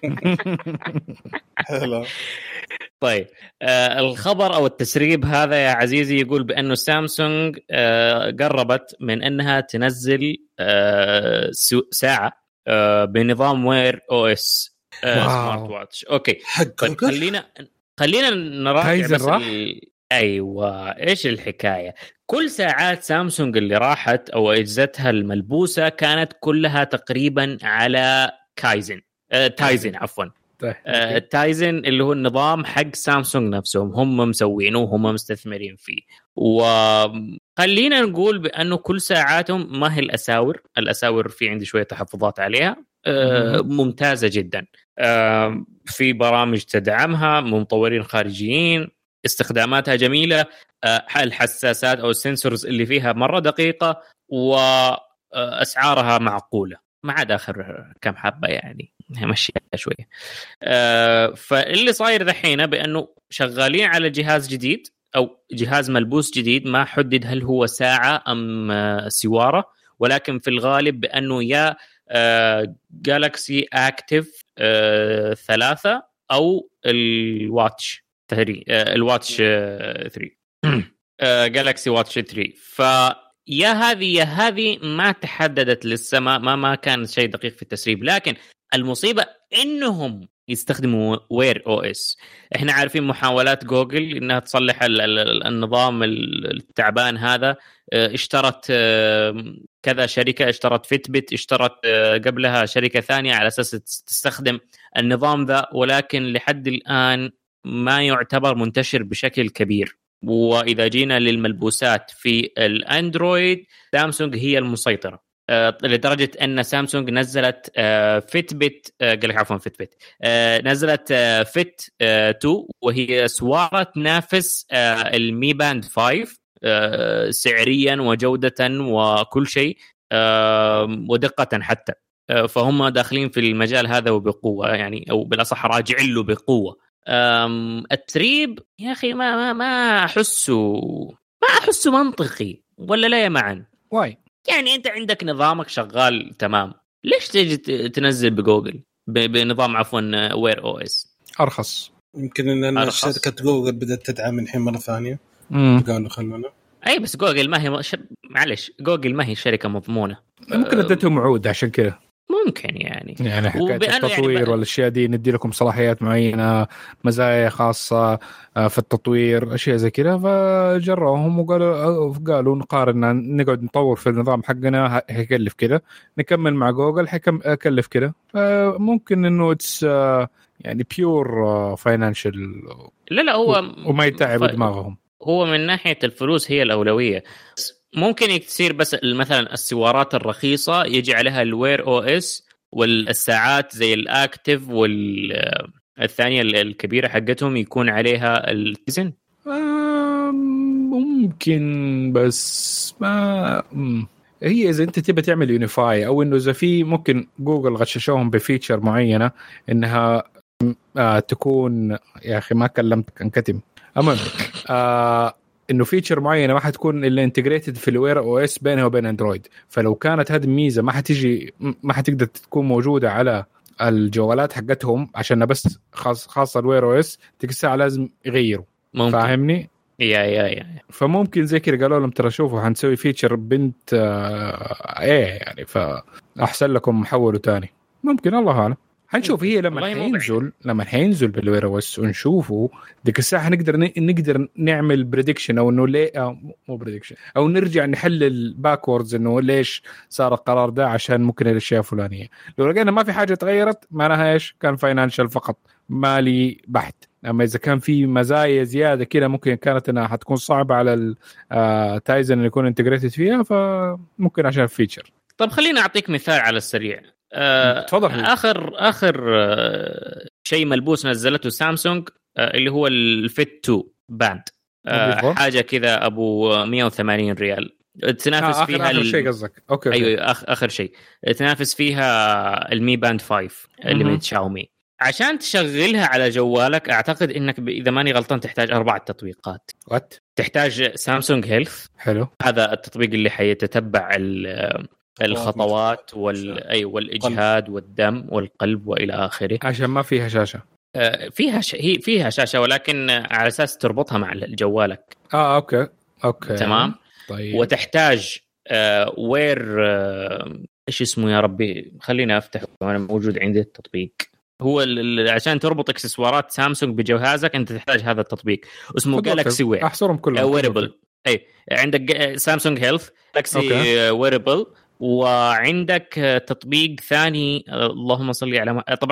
طيب آه الخبر او التسريب هذا يا عزيزي يقول بانه سامسونج آه قربت من انها تنزل آه ساعه آه بنظام وير او اس آه سمارت واتش. اوكي طيب خلينا خلينا نراجع بس ال... ايوه ايش الحكايه. كل ساعات سامسونج اللي راحت او اجهزتها الملبوسه كانت كلها تقريبا على كايزن آه تايزن عفوا
طيب.
آه تايزن اللي هو النظام حق سامسونج نفسهم، هم مسوينه وهم مستثمرين فيه. وخلينا نقول بأنه كل ساعاتهم ما هي الأساور، الأساور في عندي شوية تحفظات عليها، آه ممتازة جدا. آه في برامج تدعمها، مطورين خارجيين، استخداماتها جميلة، آه الحساسات أو السنسورز اللي فيها مرة دقيقة، وأسعارها معقولة ما عدا آخر كم حبة يعني مشيها شوية. آه فاللي صاير ذحين بأنه شغالين على جهاز جديد أو جهاز ملبوس جديد، ما حدد هل هو ساعة أم آه سوارة، ولكن في الغالب بأنه يا آه جالاكسي أكتيف آه ثلاثة أو الواتش ثري آه الواتش آه ثري آه جالاكسي واتش ثري. فيا هذه يا هذه ما تحددت لسه، ما ما, ما كان شيء دقيق في التسريب. لكن المصيبة إنهم يستخدموا وير او اس. احنا عارفين محاولات جوجل انها تصلح النظام التعبان هذا، اشترت كذا شركة، اشترت فيتبت، اشترت قبلها شركة ثانية على اساس تستخدم النظام ذا، ولكن لحد الآن ما يعتبر منتشر بشكل كبير. وإذا جينا للملبوسات في الأندرويد، سامسونج هي المسيطرة، أه لدرجة أن سامسونج نزلت أه فيتبت أه قال لك عفوا فيتبت أه نزلت أه فيت أه تو، وهي سوارة تنافس أه المي باند فايف أه سعريا وجودة وكل شيء أه ودقة حتى. أه فهم داخلين في المجال هذا وبقوة يعني، أو بالأصح راجعين له بقوة. التريب يا أخي ما ما ما أحسه ما أحسه منطقي، ولا لا يا معن؟
واي
يعني أنت عندك نظامك شغال تمام، ليش تيجي تنزل بجوجل بنظام عفوا وير او اس
أرخص؟
يمكن إن شركة جوجل بدأت تدعم الحين مرة ثانية، قالوا خلونا.
أي بس جوجل ما هي ش... معلش جوجل ما هي شركة مضمونة،
ممكن ادتهم وعود عشان كذا،
ممكن يعني
يعني حكاية التطوير يعني والأشياء دي ندي لكم صلاحيات معينة، مزايا خاصة في التطوير، أشياء زي كذا. فجرؤهم وقالوا قالوا نقارن، نقعد نطور في النظام حقنا هيكلف كذا، نكمل مع جوجل هيكلف كذا. فممكن إنه تس يعني بيور فاينانشال،
لا لا هو
وما يتعب ف... دماغهم.
هو من ناحية الفلوس هي الأولوية. ممكن تصير بس مثلا السوارات الرخيصة يجي عليها الوير او اس، والساعات زي الاكتيف والثانية الكبيرة حقتهم يكون عليها التزن.
ممكن بس ما هي إذا أنت تبى تعمل يونيفاي، أو إنه إذا في ممكن جوجل غششوهم بفيتشر معينة إنها آه تكون يا أخي ما كلمتك انكتم أمام آه انه فيتشر معينه ما حتكون الا انتجريتد في الوير او اس بينها وبين اندرويد. فلو كانت هذه الميزه ما حتيجي ما حتقدر تكون موجوده على الجوالات حقتهم، عشان بس خاص خاصه الوير او اس تلك الساعه لازم يغيروا. فاهمني؟
يا يا يا
فممكن زي كده قالوا لهم ترى شوفوا حنسوي فيتشر بنت آه ايه يعني، فاحسن لكم حولوا تاني. ممكن الله اعلم، حنشوف. هي لما حينزل لما حينزل بالوير او اس ونشوفه ديك الساعه نقدر نقدر نعمل بريدكشن، او انه ليه أو مو بريدكشن، او نرجع نحلل باكوردز انه ليش صار القرار ده، عشان ممكن الاشياء الفلانيه. لو لقينا ما في حاجه تغيرت معناها ايش؟ كان فاينانشال فقط، مالي بحت. اما اذا كان في مزايا زياده كده ممكن كانت انها حتكون صعبه على التايزن اللي يكون انتجريتد فيها، فممكن عشان فيتشر.
طب خليني اعطيك مثال على السريع.
تفضل.
آه اخر اخر آه شيء ملبوس نزلته سامسونج آه اللي هو الفيت تو باند، آه حاجه كذا ابو مية وثمانين ريال، تنافس
آه
فيها
آخر, آخر شيء قصدك. اوكي
ايوه آخر, اخر شيء تنافس فيها المي باند فايف اللي من شاومي. عشان تشغلها على جوالك اعتقد انك اذا ماني غلطان تحتاج اربعه تطبيقات.
وات
تحتاج سامسونج هيلث،
حلو،
هذا التطبيق اللي حيتتبع الخطوات وال اي والاجهاد والدم والقلب والى اخره،
عشان ما فيها شاشه.
آه فيها ش... هي فيها شاشه ولكن على اساس تربطها مع جوالك.
اه اوكي اوكي
تمام.
طيب.
وتحتاج آه وير آه ايش اسمه يا ربي، خليني افتح وانا موجود عندي التطبيق. هو ال... عشان تربط اكسسوارات سامسونج بجهازك انت تحتاج هذا التطبيق اسمه جالاكسي وير.
احصرهم كلهم
ويربل. اي عندك سامسونج هيلث، جالاكسي ويربل، وعندك تطبيق ثاني اللهم صل على م... طبعا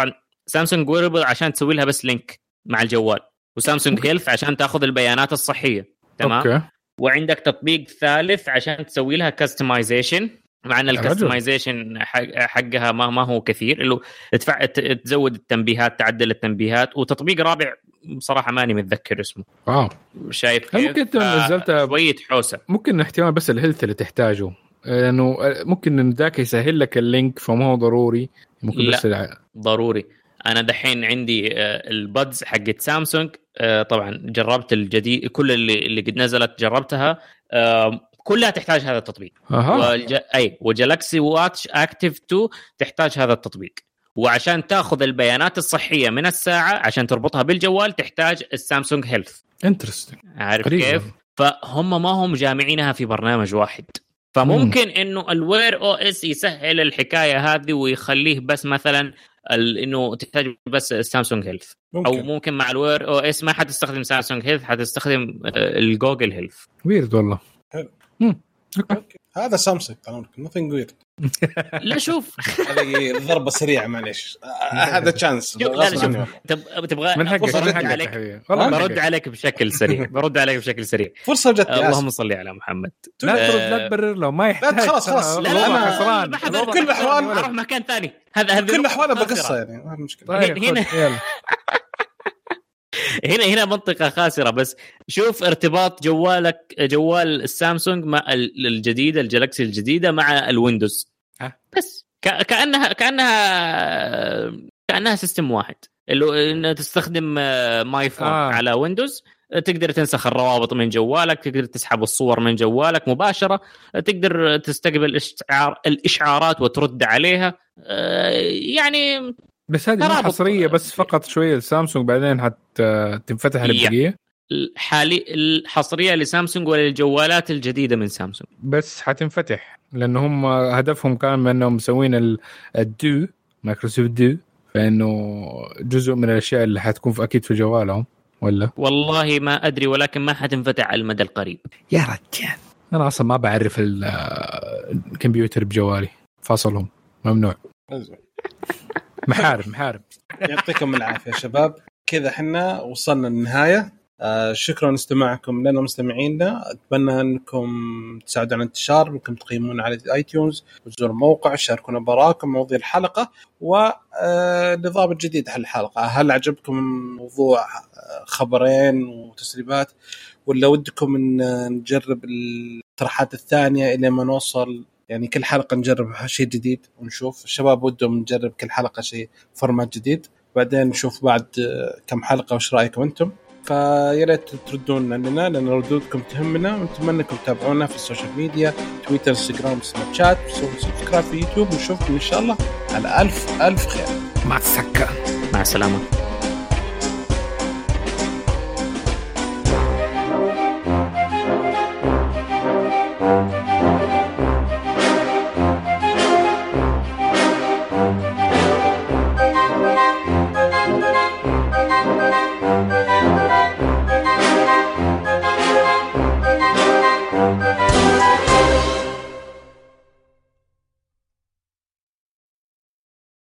سامسونج ويربل عشان تسوي لها بس لينك مع الجوال، وسامسونج هيلث عشان تاخذ البيانات الصحيه. تمام. أوكي. وعندك تطبيق ثالث عشان تسوي لها كاستمايزيشن، مع ان الكاستمايزيشن حقها ما ما هو كثير، اللي تدفع تزود التنبيهات، تعدل التنبيهات. وتطبيق رابع بصراحه ماني متذكر اسمه. واو شايف كيف؟
ممكن نزلتها
شويه حوسه.
ممكن احتمال بس الهيلث اللي تحتاجه، لانه ممكن ان ذاك يسهل لك اللينك، فما هو ضروري. ممكن
لا
بس الع...
ضروري. انا دحين عندي البادز حقت سامسونج، طبعا جربت الجديد، كل اللي اللي قد نزلت جربتها، كلها تحتاج هذا التطبيق. والج... اي وجالاكسي واتش اكتيف اثنين تحتاج هذا التطبيق. وعشان تاخذ البيانات الصحيه من الساعه عشان تربطها بالجوال تحتاج السامسونج هيلث.
انترستنج.
عارف كيف؟ فهم ما هم جامعينها في برنامج واحد. فممكن انه الوير او اس يسهل الحكايه هذه ويخليه بس مثلا انه تحتاج بس السامسونج هيلث، او ممكن مع الوير او اس ما حتستخدم سامسونج هيلث، حتستخدم الجوجل هيلث.
ويرد والله.
امم اوكي. هذا سامسونج طبعا nothing weird.
لا شوف
هذه ضربه سريعه معليش، هذا تشانس.
لا شوف تبغى
من حقك
برد عليك برد عليك بشكل سريع برد عليك بشكل سريع
فرصه جت.
اللهم صل على محمد.
لا ترد لا تبرر لو ما يحتاج.
خلاص خلاص
انا خسران بكل الاحوال اروح مكان ثاني. هذا هذا
بكل الاحوال بقصه يعني ما مشكله.
هنا هنا هنا منطقة خاسرة. بس شوف ارتباط جوالك جوال السامسونج مع الجديدة الجالاكسي الجديدة مع الويندوز بس كأنها كأنها كأنها سيستم واحد، اللي إنه تستخدم ماي فون آه. على ويندوز تقدر تنسخ الروابط من جوالك، تقدر تسحب الصور من جوالك مباشرة، تقدر تستقبل الإشعارات وترد عليها. يعني
بس هذه حصرية بس فقط شوية لسامسونج، بعدين حتى تنفتح البقية.
الحالي الحصرية لسامسونج وللجوالات الجديدة من سامسونج
بس حتنفتح، لأنه هم هدفهم كان من أنهم مسوين الدو مايكروسوفت دو، فإنه جزء من الأشياء اللي حتكون في أكيد في جوالهم. ولا
والله ما أدري، ولكن ما حتنفتح على المدى القريب
يا رجال. أنا أصلا ما بعرف الكمبيوتر بجوالي، فاصلهم ممنوع. محارب محارب.
يعطيكم العافية شباب، كذا حنا وصلنا للنهاية. آه شكرا لاستماعكم لنا مستمعينا. أتمنى أنكم تساعدوا على الانتشار، أنكم تقيمون على الاي تيونز وتزوروا الموقع، شاركونا براكم مواضيع الحلقة ونظام الجديد حل الحلقة. هل عجبكم موضوع خبرين وتسريبات، ولا ودكم أن نجرب الطرحات الثانية إلى ما نوصل يعني كل حلقة نجرب شيء جديد ونشوف؟ الشباب ودهم نجرب كل حلقة شيء فورمات جديد، بعدين نشوف بعد كم حلقة وش رأيكم أنتم. فياريت تردون لنا لأن ردودكم تهمنا، ونتمنى أنكم تتابعونا في السوشيال ميديا، تويتر، انستغرام، سناب شات، وسووا سبسكرايب في يوتيوب، ونشوفكم إن شاء الله على ألف ألف خير.
مع السكة.
مع السلامة.